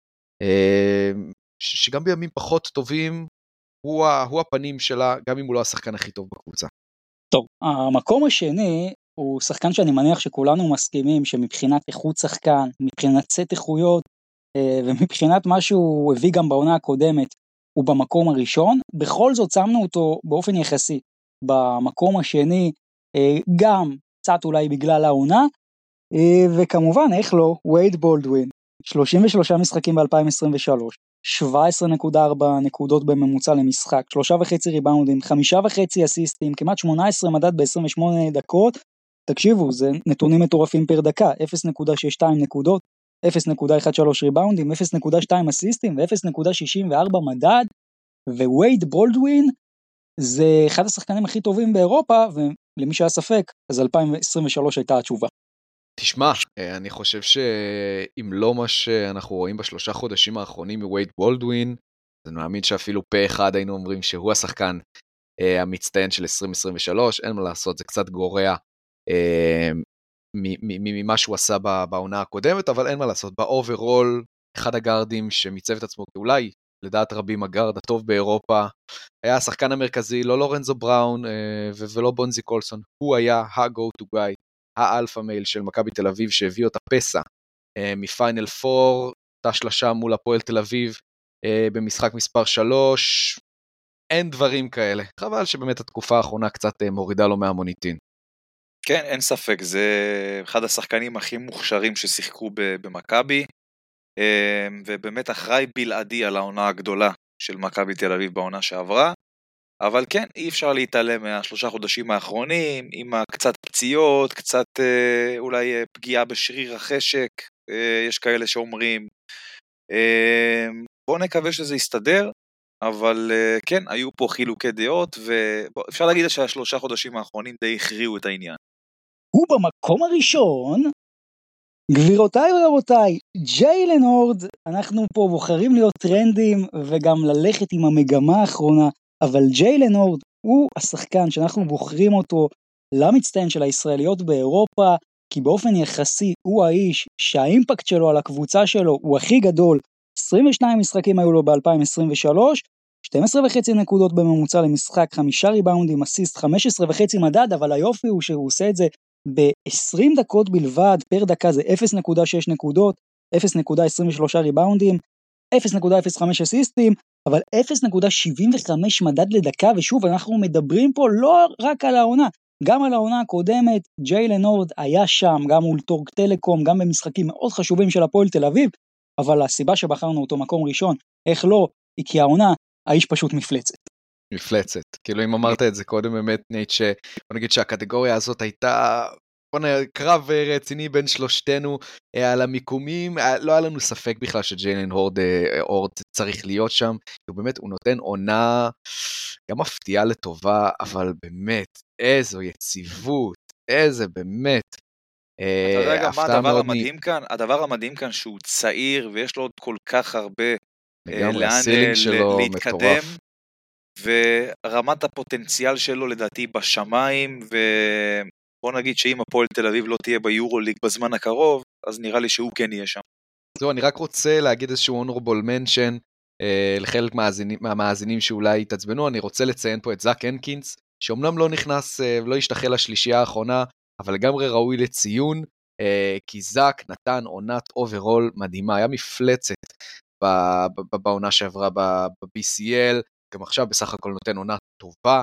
שגם בימים פחות טובים, הוא, הוא הפנים שלה, גם אם הוא לא השחקן הכי טוב בקבוצה. טוב, המקום השני, הוא שחקן שאני מניח שכולנו מסכימים, שמבחינת איכות שחקן, מבחינת סט איכויות, ומבחינת מה שהוא הביא גם בעונה הקודמת, הוא במקום הראשון, בכל זאת שמנו אותו באופן יחסי, במקום השני, גם קצת אולי בגלל העונה, וכמובן איך לא, וייד בולדווין, שלושים ושלושה משחקים ב-אלפיים עשרים ושלוש, שבע עשרה נקודה ארבע נקודות בממוצע למשחק, שלושה וחצי ריבאונדים, חמישה וחצי אסיסטים, כמעט שמונה עשרה מדד ב-עשרים ושמונה דקות, תקשיבו, זה נתונים מטורפים פר דקה, אפס נקודה שש שתיים נקודות, אפס נקודה אחת שלוש ריבאונדים, אפס נקודה שתיים אסיסטים ו-אפס נקודה שישים וארבע מדד, ווייד בולדווין זה אחד השחקנים הכי טובים באירופה, ולמי שהיה ספק, אז אלפיים עשרים ושלוש הייתה התשובה. תשמע, אני חושב שאם לא מה שאנחנו רואים בשלושה חודשים האחרונים מווייד בולדווין, אז אני מאמין שאפילו פה אחד היינו אומרים שהוא השחקן המצטיין של עשרים עשרים ושלוש, אין מה לעשות, זה קצת גורע ממה שהוא עשה בעונה הקודמת, אבל אין מה לעשות, באוברול, אחד הגארדים שמיצב את עצמו, אולי לדעת רבים הגארד הטוב באירופה, היה השחקן המרכזי, לא לורנזו בראון ולא בונזי קולסון, הוא היה ה-go to guy, האלפא מייל של מכבי תל אביב, שהביא אותה פסע מפיינל פור, אותה שלשה מול הפועל תל אביב, במשחק מספר שלוש, אין דברים כאלה, חבל שבאמת התקופה האחרונה קצת מורידה לו מהמוניטין. כן, אין ספק, זה אחד השחקנים הכי מוכשרים ששיחקו במכבי, ובאמת אחראי בלעדי על העונה הגדולה של מכבי תל אביב בעונה שעברה, אבל כן, אי אפשר להתעלם מהשלושה חודשים האחרונים, עם קצת פציעות, קצת אולי פגיעה בשריר החשק, יש כאלה שאומרים, בואו נקווה שזה יסתדר, אבל כן, היו פה חילוקי דעות, ואפשר להגיד שהשלושה חודשים האחרונים די הכריעו את העניין. הוא במקום הראשון, גבירותיי ורבותיי, ג'יילן הורד, אנחנו פה בוחרים להיות טרנדים, וגם ללכת עם המגמה האחרונה, אבל ג'יילן הורד הוא השחקן שאנחנו בוחרים אותו למצטיין של הישראליות באירופה, כי באופן יחסי הוא האיש שהאימפקט שלו על הקבוצה שלו הוא הכי גדול, עשרים ושניים משחקים היו לו ב-אלפיים עשרים ושלוש, שתים עשרה וחצי נקודות בממוצע למשחק, חמישה ריבאונדים, אסיסט, חמש עשרה וחצי מדד, אבל היופי הוא שהוא עושה את זה ב-עשרים דקות בלבד, פר דקה זה אפס נקודה שש נקודות, אפס נקודה עשרים ושלוש ריבאונדים, אפס נקודה אפס חמש אסיסטים, אבל אפס נקודה שבעים וחמש מדד לדקה, ושוב אנחנו מדברים פה לא רק על העונה, גם על העונה הקודמת, ג'יילן הורד היה שם, גם מול טורק טלקום, גם במשחקים מאוד חשובים של הפועל תל אביב, אבל הסיבה שבחרנו אותו מקום ראשון, איך לא, היא כי העונה, האיש פשוט מפלצת. מפלצת, כאילו אם אמרת את זה קודם באמת נייט, שבוא נגיד שהקטגוריה הזאת הייתה, בוא נגיד, קרב רציני בין שלושתנו על המיקומים, לא היה לנו ספק בכלל שג'יילן הורד, הורד צריך להיות שם, הוא באמת, הוא נותן עונה גם מפתיעה לטובה, אבל באמת, איזו יציבות, איזה באמת, אתה יודע גם מה הדבר המדהים כאן? הדבר המדהים כאן שהוא צעיר, ויש לו עוד כל כך הרבה לאן להתקדם, ורמת הפוטנציאל שלו לדעתי בשמיים, ובוא נגיד שאם הפועל תל אביב לא תהיה ביורוליג בזמן הקרוב, אז נראה לי שהוא כן יהיה שם. זהו, אני רק רוצה להגיד איזשהו honorable mention, לחלק מהמאזינים שאולי יתעצבנו, אני רוצה לציין פה את זאק הנקינס, שאומנם לא נכנס ולא ישתחל לשלישייה האחרונה, אבל לגמרי ראוי לציון, כי זאק נתן עונת אוברול מדהימה, היה מפלצת בעונה שעברה ב-בי סי אל, גם עכשיו בסך הכל נותן עונה טובה,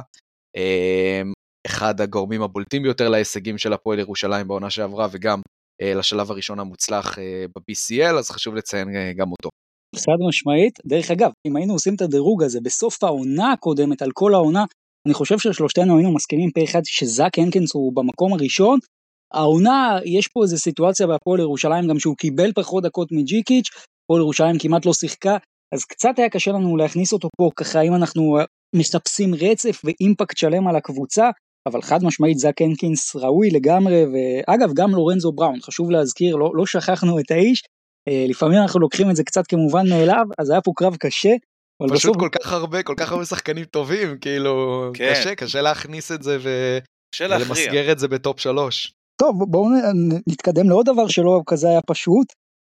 אחד הגורמים הבולטים ביותר להישגים של הפועל ירושלים בעונה שעברה, וגם לשלב הראשון המוצלח ב-בי סי אל, אז חשוב לציין גם אותו. חד משמעית, דרך אגב, אם היינו עושים את הדירוג הזה בסוף העונה הקודמת על כל העונה, אני חושב ששלושתנו היינו מסכימים פה אחד שזאק הנקינס הוא במקום הראשון, העונה, יש פה איזו סיטואציה בהפועל ירושלים, גם שהוא קיבל פחות דקות מג'יקיץ', הפועל ירושלים כמעט לא שיחקה, אז קצת היה קשה לנו להכניס אותו פה, ככה אם אנחנו מספסים רצף ואימפקט שלם על הקבוצה, אבל חד משמעית זאק הנקינס ראוי לגמרי, ואגב גם לורנזו בראון, חשוב להזכיר, לא, לא שכחנו את האיש, לפעמים אנחנו לוקחים את זה קצת כמובן מאליו, אז היה פה קרב קשה, פשוט בסוף... כל כך הרבה, כל כך הרבה שחקנים טובים, כאילו, כן. קשה, קשה להכניס את זה, ו... ולמסגר את זה בטופ שלוש. טוב, בואו נתקדם לעוד דבר שלא כזה היה פשוט,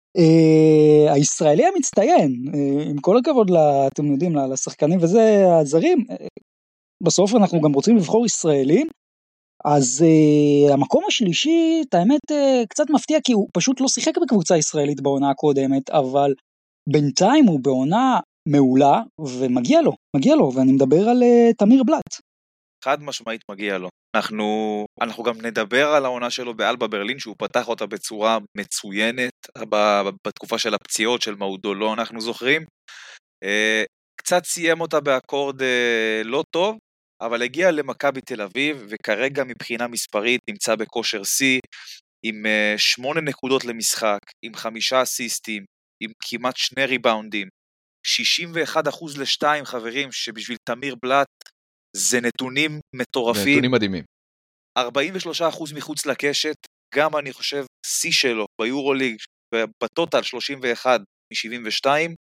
אה, הישראלי המצטיין, אה, עם כל הכבוד, לה, אתם יודעים, לשחקנים וזה, הזרים, אה, בסוף אנחנו גם רוצים לבחור ישראלים, אז uh, המקום השלישי, את האמת, uh, קצת מפתיע, כי הוא פשוט לא שיחק בקבוצה ישראלית בעונה הקודמת, אבל בינתיים הוא בעונה מעולה, ומגיע לו, מגיע לו, ואני מדבר על uh, תמיר בלאט. חד משמעית מגיע לו. אנחנו, אנחנו גם נדבר על העונה שלו באלבה ברלין, שהוא פתח אותה בצורה מצוינת, בתקופה של הפציעות של מאודולו, אנחנו זוכרים. Uh, קצת סיים אותה באקורד uh, לא טוב, אבל הגיע למכבי תל אביב, וכרגע מבחינה מספרית נמצא בכושר C, עם שמונה נקודות למשחק, עם חמישה אסיסטים, עם כמעט שני ריבאונדים, שישים ואחד אחוז לשתיים חברים, שבשביל תמיר בלאט זה נתונים מטורפים. נתונים מדהימים. ארבעים ושלושה אחוז מחוץ לקשת, גם אני חושב C שלו ביורוליג, בטוטל שלושים ואחת מ-שבעים ושתיים,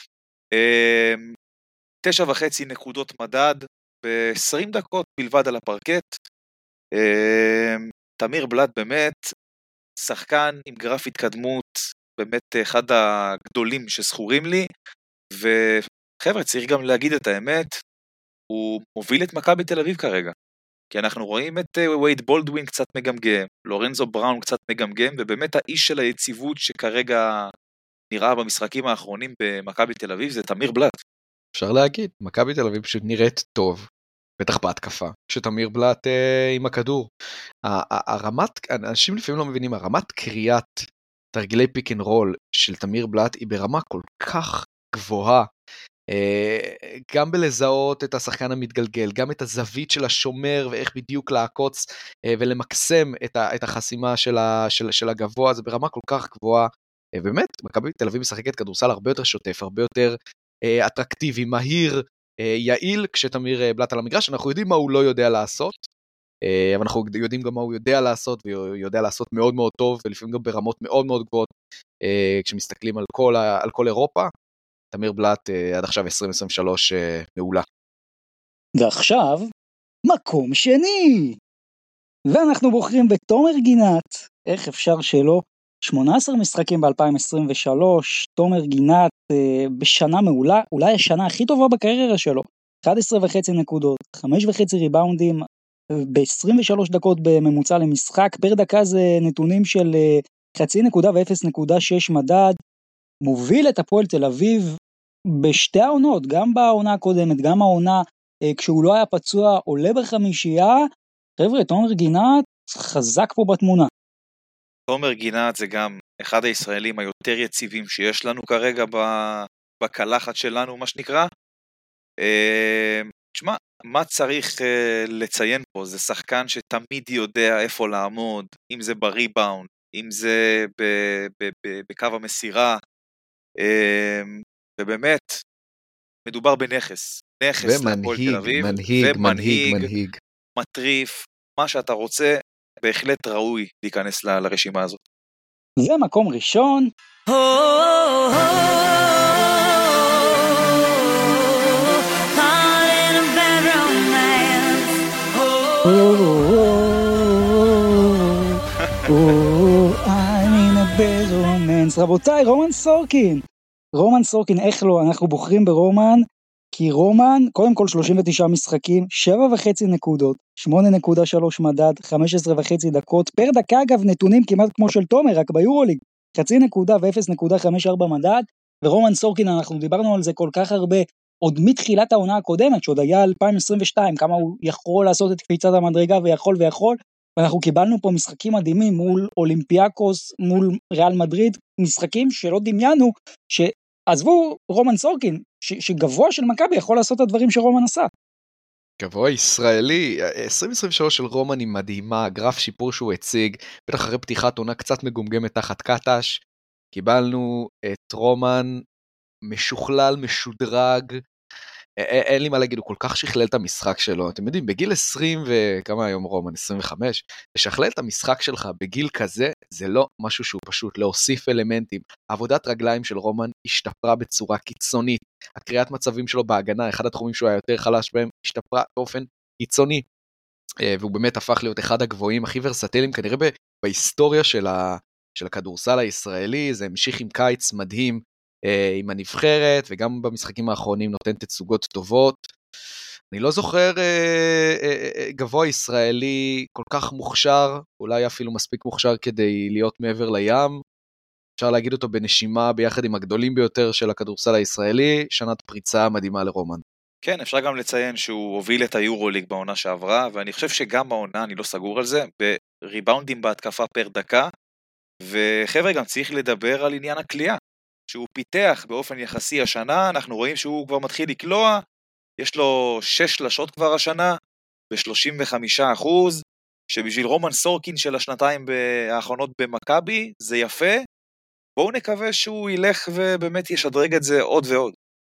תשע וחצי נקודות מדד, ב-עשרים דקות בלבד על הפרקט. תמיר בלאט באמת שחקן עם גרף התקדמות, באמת אחד הגדולים שזכורים לי, וחבר'ה צריך גם להגיד את האמת, הוא מוביל את מכבי תל אביב כרגע, כי אנחנו רואים את וייד בולדווין קצת מגמגם, לורנזו בראון קצת מגמגם, ובאמת האיש של היציבות שכרגע נראה במשחקים האחרונים במכבי תל אביב זה תמיר בלאט. אפשר להגיד, מכבי תל אביב פשוט נראית טוב, בטח בהתקפה, שתמיר בלאט אה, עם הכדור. הרמת, אנשים לפעמים לא מבינים, הרמת קריאת תרגילי פיק אנד רול של תמיר בלאט היא ברמה כל כך גבוהה, אה, גם בלזהות את השחקן המתגלגל, גם את הזווית של השומר, ואיך בדיוק לעקוץ אה, ולמקסם את, ה, את החסימה של, ה, של, של הגבוה, זה ברמה כל כך גבוהה, אה, באמת, מכבי תל אביב משחקת כדורסל הרבה יותר שוטף, הרבה יותר אה, אטרקטיבי, מהיר, יעיל, כשתמיר בלאט על המגרש, אנחנו יודעים מה הוא לא יודע לעשות, אבל אנחנו יודעים גם מה הוא יודע לעשות, והוא יודע לעשות מאוד מאוד טוב, ולפעמים גם ברמות מאוד מאוד גבוהות, כשמסתכלים על כל, על כל אירופה, תמיר בלאט עד עכשיו עשרים עשרים ושלוש מעולה. ועכשיו, מקום שני, ואנחנו בוחרים בתומר גינת, איך אפשר שלא, שמונה עשרה משחקים ב-אלפיים עשרים ושלוש, תומר גינת אה, בשנה מעולה, אולי השנה הכי טובה בקריירה שלו, אחת עשרה וחצי נקודות, חמש וחצי ריבאונדים, ב-עשרים ושלוש דקות בממוצע למשחק, פר דקה זה נתונים של אה, חצי נקודה ו-אפס נקודה שש מדד, מוביל את הפועל תל אביב בשתי העונות, גם בעונה הקודמת, גם העונה, אה, כשהוא לא היה פצוע, עולה בחמישייה, חבר'ה, תומר גינת חזק פה בתמונה. תומר גינת זה גם אחד הישראלים היותר יציבים שיש לנו כרגע בקלחת שלנו, מה שנקרא. תשמע, מה צריך לציין פה? זה שחקן שתמיד יודע איפה לעמוד, אם זה בריבאונד, אם זה בקו המסירה, ובאמת, מדובר בנכס. נכס להפועל תל אביב. ומנהיג, מנהיג, מנהיג. מטריף, מה שאתה רוצה, בהחלט ראוי להיכנס ל- לרשימה הזאת. זה מקום ראשון. I'm in a bad romance. רבותיי, רומן סורקין. רומן סורקין, איך לא? אנחנו בוחרים ברומן, כי רומן, קודם כל שלושים ותשעה משחקים, שבע וחצי נקודות, שמונה נקודה שלוש מדד, חמש עשרה וחצי דקות, פר דקה אגב נתונים כמעט כמו של תומר, רק ביורוליג, חצי נקודה ו-אפס נקודה חמש ארבע מדד, ורומן סורקין, אנחנו דיברנו על זה כל כך הרבה, עוד מתחילת העונה הקודמת, שעוד היה אלפיים עשרים ושתיים, כמה הוא יכול לעשות את קפיצת המדרגה, ויכול ויכול, ואנחנו קיבלנו פה משחקים מדהימים, מול אולימפיאקוס, מול ריאל מדריד, משחקים שלא דמיינו, ש... עזבו רומן סורקין, ש- שגבוה של מכבי יכול לעשות את הדברים שרומן עשה. גבוה ישראלי, עשרים עשרים ושלוש של רומן היא מדהימה, גרף שיפור שהוא הציג, בטח אחרי פתיחת עונה קצת מגומגמת תחת קטש, קיבלנו את רומן משוכלל, משודרג, אין לי מה להגיד, הוא כל כך שכלל את המשחק שלו, אתם יודעים, בגיל עשרים וכמה היום רומן, עשרים וחמש, לשכלל את המשחק שלך בגיל כזה, זה לא משהו שהוא פשוט, להוסיף אלמנטים, עבודת רגליים של רומן השתפרה בצורה קיצונית, הקריאת מצבים שלו בהגנה, אחד התחומים שהוא היה יותר חלש בהם, השתפרה באופן קיצוני, והוא באמת הפך להיות אחד הגבוהים הכי ורסטיליים, כנראה בהיסטוריה של, ה, של הכדורסל הישראלי, זה המשיך עם קיץ מדהים, עם הנבחרת, וגם במשחקים האחרונים נותן תצוגות טובות. אני לא זוכר אה, אה, גבוה ישראלי כל כך מוכשר, אולי אפילו מספיק מוכשר כדי להיות מעבר לים, אפשר להגיד אותו בנשימה ביחד עם הגדולים ביותר של הכדורסל הישראלי, שנת פריצה מדהימה לרומן. כן, אפשר גם לציין שהוא הוביל את היורוליג בעונה שעברה, ואני חושב שגם בעונה, אני לא סגור על זה, בריבאונדים בהתקפה פר דקה, וחבר'ה גם צריך לדבר על עניין הקליעה, שהוא פיתח באופן יחסי השנה, אנחנו רואים שהוא כבר מתחיל לקלוע, יש לו שש שלשות כבר השנה, ב-שלושים וחמישה אחוז, שבשביל רומן סורקין של השנתיים האחרונות במכבי, זה יפה, בואו נקווה שהוא ילך ובאמת ישדרג את זה עוד ועוד.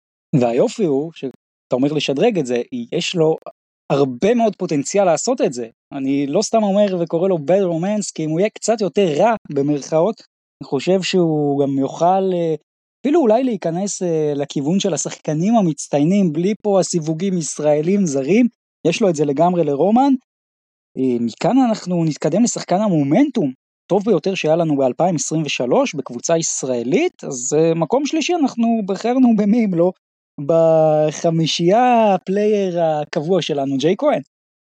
והיופי הוא, שאתה אומר לשדרג את זה, יש לו הרבה מאוד פוטנציאל לעשות את זה, אני לא סתם אומר וקורא לו bad romance, כי אם הוא יהיה קצת יותר רע במרכאות, אני חושב שהוא גם יוכל אפילו אולי להיכנס לכיוון של השחקנים המצטיינים, בלי פה הסיווגים ישראלים זרים, יש לו את זה לגמרי לרומן. מכאן אנחנו נתקדם לשחקן המומנטום, טוב ביותר שהיה לנו ב-אלפיים עשרים ושלוש, בקבוצה ישראלית, אז מקום שלישי אנחנו בחרנו במי אם לא, בחמישייה הפלייר הקבוע שלנו, ג'יי כהן.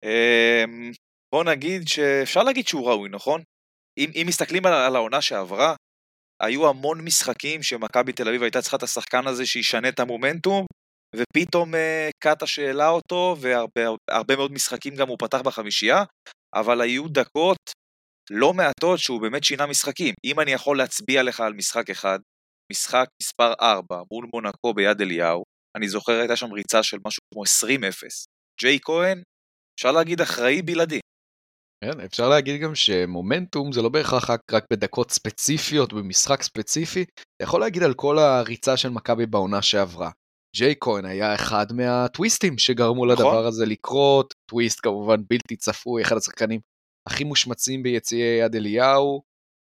בוא נגיד שאפשר להגיד שהוא ראוי, נכון? אם, אם מסתכלים על, על העונה שעברה, היו המון משחקים שמכבי תל אביב הייתה צריכה את השחקן הזה שישנה את המומנטום, ופתאום uh, קאטה שאלה אותו, והרבה מאוד משחקים גם הוא פתח בחמישייה, אבל היו דקות לא מעטות שהוא באמת שינה משחקים. אם אני יכול להצביע לך על משחק אחד, משחק מספר ארבע מול מונקו ביד אליהו, אני זוכר הייתה שם ריצה של משהו כמו עשרים אפס. ג'יי כהן, אפשר להגיד אחראי בלעדי. כן, אפשר להגיד גם שמומנטום זה לא בהכרח רק בדקות ספציפיות, במשחק ספציפי, אתה יכול להגיד על כל הריצה של מכבי בעונה שעברה. ג'יי כהן היה אחד מהטוויסטים שגרמו נכון. לדבר הזה לקרות, טוויסט כמובן בלתי צפוי, אחד השחקנים הכי מושמצים ביציעי יד אליהו,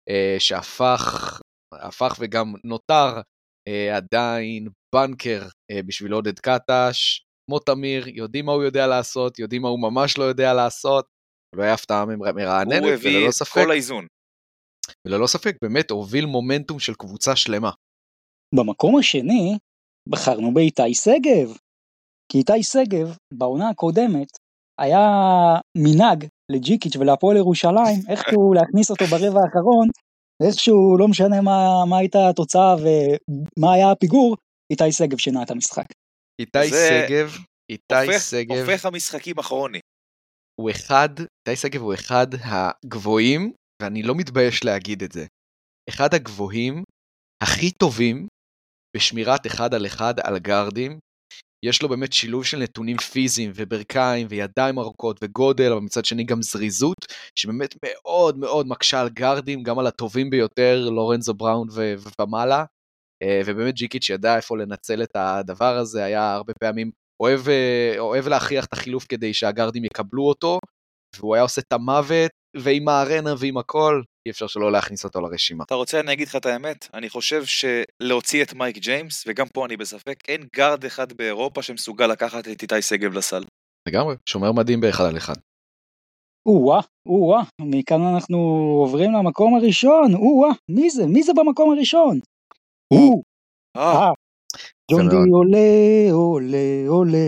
שהפך הפך וגם נותר עדיין בנקר בשביל עודד קטש, כמו תמיר, יודעים מה הוא יודע לעשות, יודעים מה הוא ממש לא יודע לעשות, לא היה הפתעה מרעננת, הוא הביא את כל האיזון. וללא ספק, באמת הוביל מומנטום של קבוצה שלמה. במקום השני, בחרנו באיתי סגב. כי איתי סגב, בעונה הקודמת, היה מנהג לג'יקיץ' ולהפועל ירושלים, איכשהו להכניס אותו ברבע האחרון, איכשהו לא משנה מה, מה הייתה התוצאה ומה היה הפיגור, איתי שגב שינה את המשחק. איתי זה שגב, איתי הופך, שגב, הופך המשחקים אחרוני. הוא אחד, איתי שגב הוא אחד הגבוהים, ואני לא מתבייש להגיד את זה, אחד הגבוהים הכי טובים בשמירת אחד על אחד על גארדים. יש לו באמת שילוב של נתונים פיזיים וברכיים וידיים ארוכות וגודל, אבל מצד שני גם זריזות, שבאמת מאוד מאוד מקשה על גארדים, גם על הטובים ביותר, לורנזו בראון ו- ומעלה, ובאמת ג'יקיץ' ידע איפה לנצל את הדבר הזה, היה הרבה פעמים אוהב, אוהב להכריח את החילוף כדי שהגארדים יקבלו אותו, והוא היה עושה את המוות, ועם הארנה ועם הכל, אי אפשר שלא להכניס אותו לרשימה. אתה רוצה אני אגיד לך את האמת? אני חושב שלהוציא את מייק ג'יימס, וגם פה אני בספק, אין גארד אחד באירופה שמסוגל לקחת את איתי שגב לסל. לגמרי, שומר מדהים באחד על אחד. או-אה, או-אה, מכאן אנחנו עוברים למקום הראשון, או-אה, מי זה? מי זה במקום הראשון? הוא, אה, ג'ונדי עולה, עולה, עולה.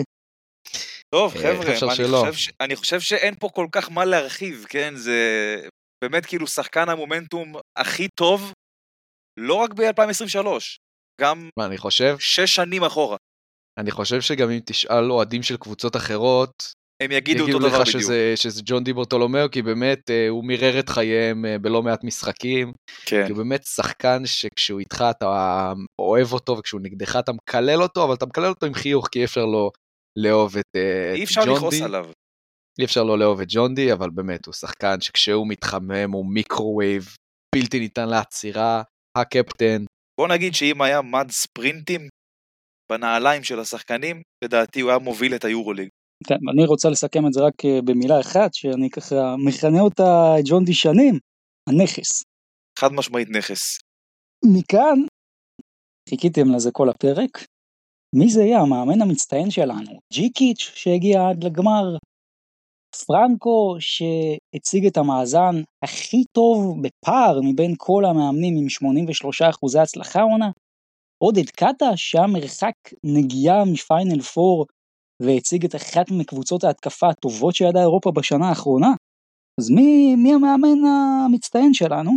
טוב חבר'ה, אפשר אני שלא. חושב, ש... אני חושב שאין פה כל כך מה להרחיב, כן? זה באמת כאילו שחקן המומנטום הכי טוב, לא רק ב-אלפיים עשרים ושלוש, גם מה, אני חושב, שש שנים אחורה. אני חושב שגם אם תשאל אוהדים של קבוצות אחרות, הם יגידו יגידו אותו דבר לך בדיוק. שזה, שזה ג'ון די ברטולומיאו, כי באמת אה, הוא מירר את חייהם אה, בלא מעט משחקים, כן. כי הוא באמת שחקן שכשהוא איתך אתה אוהב אותו, וכשהוא נגדך אתה מקלל אותו, אבל אתה מקלל אותו עם חיוך, כי אי אפשר לא לאהוב את, אה, אי את אפשר ג'ון לכעוס די. עליו. אי אפשר לא לאהוב את ג'ון די, אבל באמת הוא שחקן שכשהוא מתחמם הוא מיקרווייב, בלתי ניתן לעצירה, הקפטן. בוא נגיד שאם היה מד ספרינטים בנעליים של השחקנים, לדעתי הוא היה מוביל את היורוליג. כן, אני רוצה לסכם את זה רק במילה אחת, שאני ככה מכנה אותה ג'ון די שנים, הנכס. חד משמעית נכס. מכאן, חיכיתם לזה כל הפרק, מי זה יהיה המאמן המצטיין שלנו? ג'יקיץ' שהגיע עד לגמר, פרנקו שהציג את המאזן הכי טוב בפער מבין כל המאמנים עם שמונים ושלושה אחוזי הצלחה עונה, עודד קאטה שהיה מרחק נגיעה מפיינל פור והציג את אחת מקבוצות ההתקפה הטובות שידעה אירופה בשנה האחרונה. אז מי, מי המאמן המצטיין שלנו?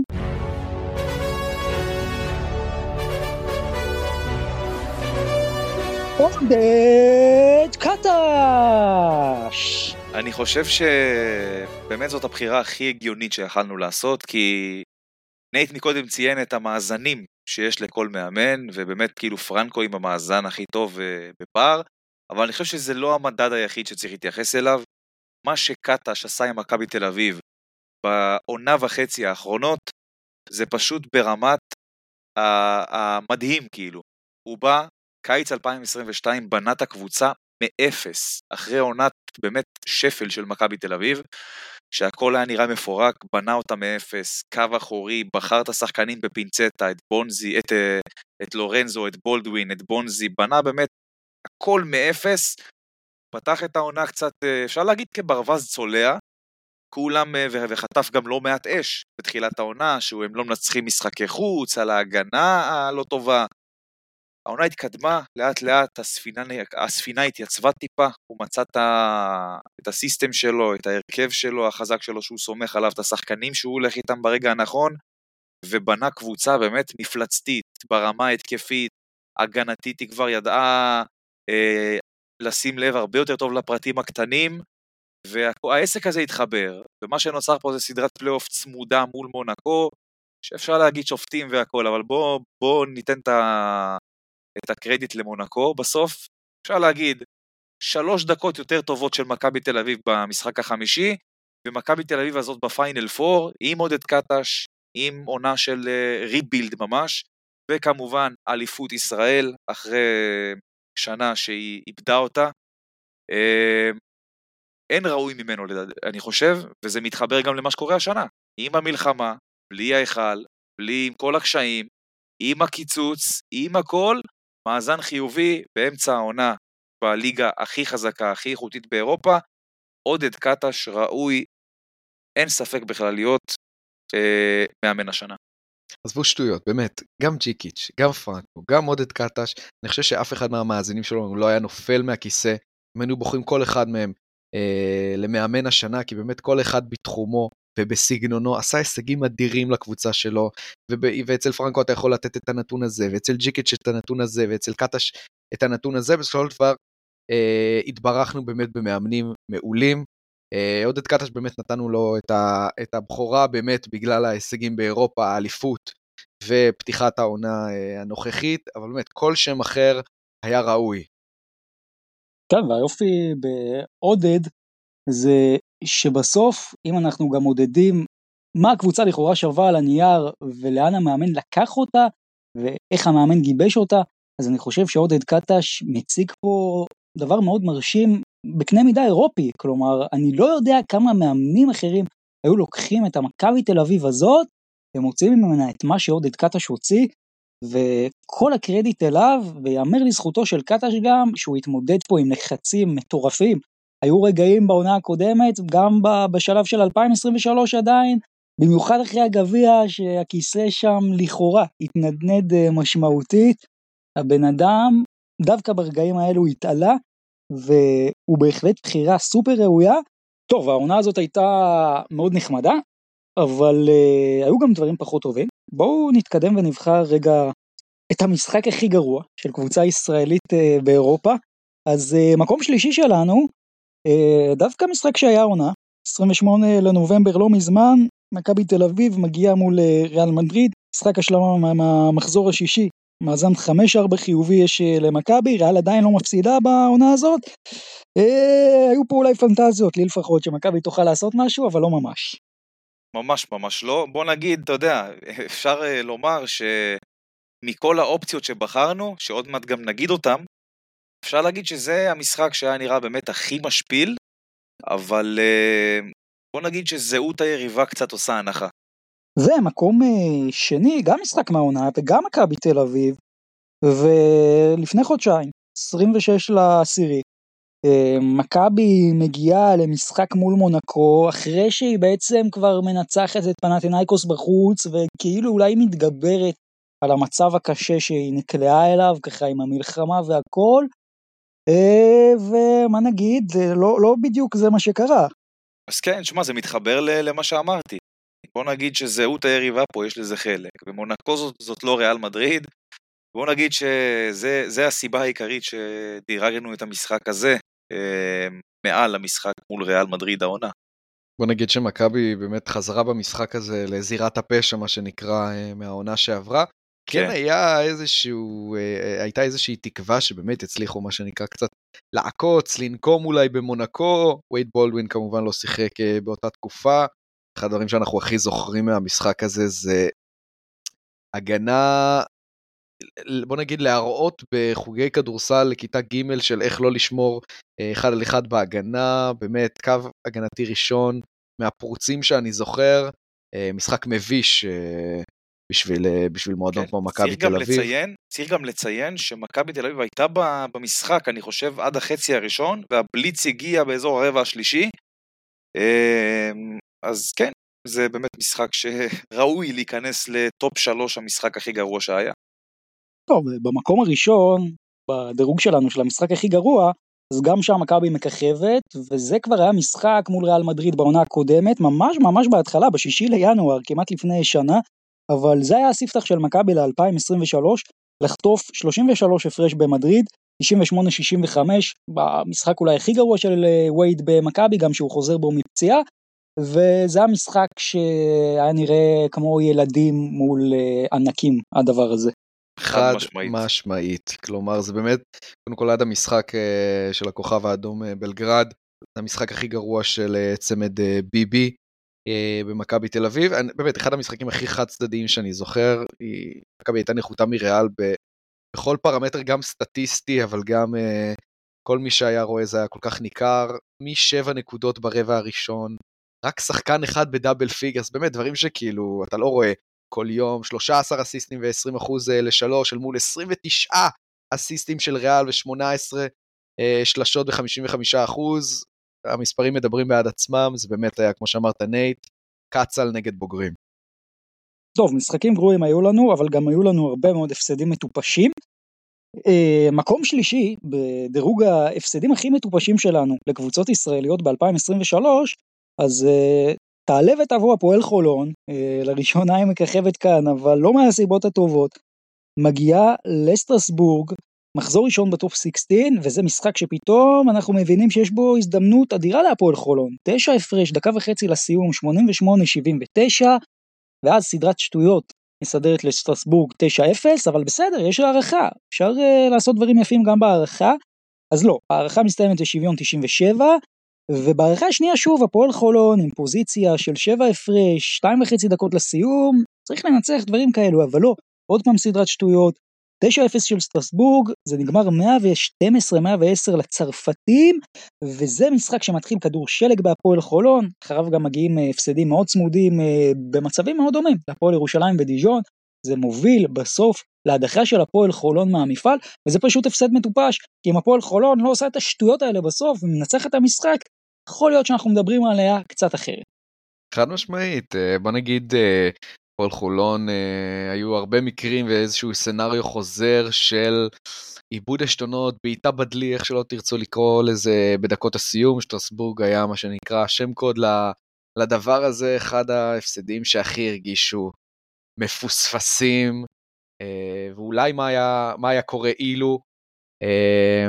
עודד קאטש! אני חושב שבאמת זאת הבחירה הכי הגיונית שיכלנו לעשות, כי נייט מקודם ציין את המאזנים שיש לכל מאמן, ובאמת כאילו פרנקו עם המאזן הכי טוב בפער, אבל אני חושב שזה לא המדד היחיד שצריך להתייחס אליו. מה שקאטש עשה עם מכבי תל אביב בעונה וחצי האחרונות, זה פשוט ברמת המדהים כאילו. הוא בא, קיץ אלפיים עשרים ושתיים בנה את הקבוצה מאפס, אחרי עונת באמת שפל של מכבי תל אביב, שהכל היה נראה מפורק, בנה אותה מאפס, קו אחורי, בחר את השחקנים בפינצטה, את בונזי, את, את לורנזו, את בולדווין, את בונזי, בנה באמת הכל מאפס, פתח את העונה קצת, אפשר להגיד כברווז צולע, כולם, וחטף גם לא מעט אש בתחילת העונה, שהם לא מנצחים משחקי חוץ, על ההגנה הלא טובה, העונה התקדמה, לאט לאט הספינה, הספינה התייצבה טיפה, הוא מצא את, ה, את הסיסטם שלו, את ההרכב שלו, החזק שלו שהוא סומך עליו, את השחקנים שהוא הולך איתם ברגע הנכון, ובנה קבוצה באמת מפלצתית, ברמה התקפית, הגנתית, היא כבר ידעה אה, לשים לב הרבה יותר טוב לפרטים הקטנים, והעסק הזה התחבר, ומה שנוצר פה זה סדרת פלייאוף צמודה מול מונקו, שאפשר להגיד שופטים והכל, אבל בוא, בוא ניתן את ה... את הקרדיט למונקו, בסוף אפשר להגיד שלוש דקות יותר טובות של מכבי תל אביב במשחק החמישי, ומכבי תל אביב הזאת בפיינל פור, עם עודד קטש, עם עונה של ריבילד ממש, וכמובן אליפות ישראל, אחרי שנה שהיא איבדה אותה, אין ראוי ממנו, אני חושב, וזה מתחבר גם למה שקורה השנה, עם המלחמה, בלי ההיכל, בלי עם כל הקשיים, עם הקיצוץ, עם הכל, מאזן חיובי באמצע העונה בליגה הכי חזקה, הכי איכותית באירופה, עודד קטש ראוי, אין ספק בכלל להיות אה, מאמן השנה. עזבו שטויות, באמת, גם ג'יקיץ', גם פרנקו, גם עודד קטש, אני חושב שאף אחד מהמאזינים שלו לא היה נופל מהכיסא, אם היינו בוחרים כל אחד מהם אה, למאמן השנה, כי באמת כל אחד בתחומו, ובסגנונו עשה הישגים אדירים לקבוצה שלו, ואצל פרנקו אתה יכול לתת את הנתון הזה, ואצל ג'יקיץ' את הנתון הזה, ואצל קטש את הנתון הזה, בסופו של דבר אה, התברכנו באמת במאמנים מעולים, אה, עודד קטש באמת נתנו לו את, ה, את הבחורה באמת בגלל ההישגים באירופה, האליפות ופתיחת העונה אה, הנוכחית, אבל באמת כל שם אחר היה ראוי. כן, והיופי בעודד זה שבסוף, אם אנחנו גם מודדים מה הקבוצה לכאורה שווה על הנייר, ולאן המאמן לקח אותה, ואיך המאמן גיבש אותה, אז אני חושב שעודד קטש מציג פה דבר מאוד מרשים, בקנה מידה אירופי, כלומר, אני לא יודע כמה מאמנים אחרים היו לוקחים את המכבי תל אביב הזאת, ומוצאים ממנה את מה שעודד קטש הוציא, וכל הקרדיט אליו, ויאמר לזכותו של קטש גם, שהוא התמודד פה עם לחצים מטורפים, היו רגעים בעונה הקודמת, גם בשלב של אלפיים עשרים ושלוש עדיין, במיוחד אחרי הגביע, שהכיסא שם לכאורה התנדנד משמעותית, הבן אדם דווקא ברגעים האלו התעלה, והוא בהחלט בחירה סופר ראויה. טוב, העונה הזאת הייתה מאוד נחמדה, אבל uh, היו גם דברים פחות טובים. בואו נתקדם ונבחר רגע את המשחק הכי גרוע של קבוצה ישראלית uh, באירופה. אז uh, מקום שלישי שלנו, uh, דווקא משחק שהיה עונה, עשרים ושמונה לנובמבר לא מזמן, מכבי תל אביב מגיע מול uh, ריאל מדריד, משחק השלמה מהמחזור השישי, מאזן חמש ארבע חיובי יש uh, למכבי, ריאל עדיין לא מפסידה בעונה הזאת, uh, היו פה אולי פנטזיות, לי לפחות שמכבי תוכל לעשות משהו, אבל לא ממש. ממש ממש לא. בוא נגיד, אתה יודע, אפשר uh, לומר שמכל האופציות שבחרנו, שעוד מעט גם נגיד אותם, אפשר להגיד שזה המשחק שהיה נראה באמת הכי משפיל, אבל uh, בוא נגיד שזהות היריבה קצת עושה הנחה. ומקום uh, שני, גם משחק מהעונה, וגם מכבי תל אביב, ולפני חודשיים, עשרים ושש לעשירי, מכבי מגיעה למשחק מול מונקו, אחרי שהיא בעצם כבר מנצחת את פנתינייקוס בחוץ, וכאילו אולי מתגברת על המצב הקשה שהיא נקלעה אליו, ככה עם המלחמה והכל, ומה נגיד, לא, לא בדיוק זה מה שקרה. אז כן, שמה, זה מתחבר למה שאמרתי. בוא נגיד שזהות היריבה פה יש לזה חלק, ומונקו זאת, זאת לא ריאל מדריד, בוא נגיד שזה זה הסיבה העיקרית שדירגנו את המשחק הזה מעל המשחק מול ריאל מדריד העונה. בוא נגיד שמכבי באמת חזרה במשחק הזה לזירת הפשע, מה שנקרא, מהעונה שעברה. כן, כן היה איזשהו, הייתה איזושהי תקווה שבאמת הצליחו מה שנקרא קצת לעקוץ, לנקום אולי במונקו. וייד בולדווין כמובן לא שיחק באותה תקופה. אחד הדברים שאנחנו הכי זוכרים מהמשחק הזה זה הגנה, בוא נגיד להראות בחוגי כדורסל לכיתה ג' של איך לא לשמור אחד על אחד בהגנה, באמת קו הגנתי ראשון מהפרוצים שאני זוכר, משחק מביש בשביל, בשביל מועדון כן, כמו מכבי תל אביב. לציין, צריך גם לציין שמכבי תל אביב הייתה במשחק, אני חושב, עד החצי הראשון, והבליץ הגיע באזור הרבע השלישי, אז כן, זה באמת משחק שראוי להיכנס לטופ שלוש המשחק הכי גרוע שהיה. טוב, במקום הראשון, בדירוג שלנו של המשחק הכי גרוע, אז גם שם מכבי מככבת, וזה כבר היה משחק מול ריאל מדריד בעונה הקודמת, ממש ממש בהתחלה, בשישי לינואר, כמעט לפני שנה, אבל זה היה הספתח של מכבי ל-אלפיים עשרים ושלוש, לחטוף שלושים ושלוש הפרש במדריד, תשעים ושמונה שישים וחמש, במשחק אולי הכי גרוע של וייד במכבי, גם שהוא חוזר בו מפציעה, וזה המשחק שהיה נראה כמו ילדים מול ענקים, הדבר הזה. חד משמעית. משמעית, כלומר זה באמת, קודם כל עד המשחק של הכוכב האדום בלגרד, זה המשחק הכי גרוע של צמד ביבי במכבי תל אביב, באמת אחד המשחקים הכי חד צדדיים שאני זוכר, מכבי הייתה נחותה מריאל בכל פרמטר, גם סטטיסטי, אבל גם כל מי שהיה רואה זה היה כל כך ניכר, משבע נקודות ברבע הראשון, רק שחקן אחד בדאבל פיגרס, באמת דברים שכאילו אתה לא רואה, כל יום, שלושה עשר אסיסטים ו-עשרים אחוז לשלוש, אל מול עשרים ותשעה אסיסטים של ריאל ו-שמונה עשרה שלשות ב-חמישים וחמישה אחוז, המספרים מדברים בעד עצמם, זה באמת היה, כמו שאמרת נייט, קצל נגד בוגרים. טוב, משחקים גרועים היו לנו, אבל גם היו לנו הרבה מאוד הפסדים מטופשים. מקום שלישי, בדירוג ההפסדים הכי מטופשים שלנו, לקבוצות ישראליות ב-אלפיים עשרים ושלוש, אז תעלה ותבוא הפועל חולון, לראשונה היא מככבת כאן, אבל לא מהסיבות הטובות, מגיעה לסטרסבורג, מחזור ראשון בטופ שש עשרה, וזה משחק שפתאום אנחנו מבינים שיש בו הזדמנות אדירה להפועל חולון, תשע הפרש, דקה וחצי לסיום, שמונים ושמונה שבעים ותשע, ואז סדרת שטויות מסדרת לסטרסבורג תשע אפס, אבל בסדר, יש הערכה, אפשר uh, לעשות דברים יפים גם בהערכה, אז לא, הערכה מסתיימת לשוויון תשעים ושבע, ובערכה השנייה שוב, הפועל חולון עם פוזיציה של שבע הפרש, שתיים וחצי דקות לסיום, צריך לנצח דברים כאלו, אבל לא, עוד פעם סדרת שטויות, תשע אפס של סטרסבורג, זה נגמר מאה ושתים עשרה מאה ועשר לצרפתים, וזה משחק שמתחיל כדור שלג בהפועל חולון, אחריו גם מגיעים הפסדים מאוד צמודים במצבים מאוד דומים, להפועל ירושלים ודיז'ון, זה מוביל בסוף להדחה של הפועל חולון מהמפעל, וזה פשוט הפסד מטופש, כי אם הפועל חולון לא עושה את השטויות האלה בסוף, ומנצח את המשחק, יכול להיות שאנחנו מדברים עליה קצת אחרת. חד משמעית, בוא נגיד, הפועל חולון אה, היו הרבה מקרים ואיזשהו סנריו חוזר של איבוד השתונות, בעיטה בדלי, איך שלא תרצו לקרוא לזה בדקות הסיום, שטרסבורג היה מה שנקרא שם קוד לדבר הזה, אחד ההפסדים שהכי הרגישו מפוספסים, אה, ואולי מה היה, מה היה קורה אילו, אה,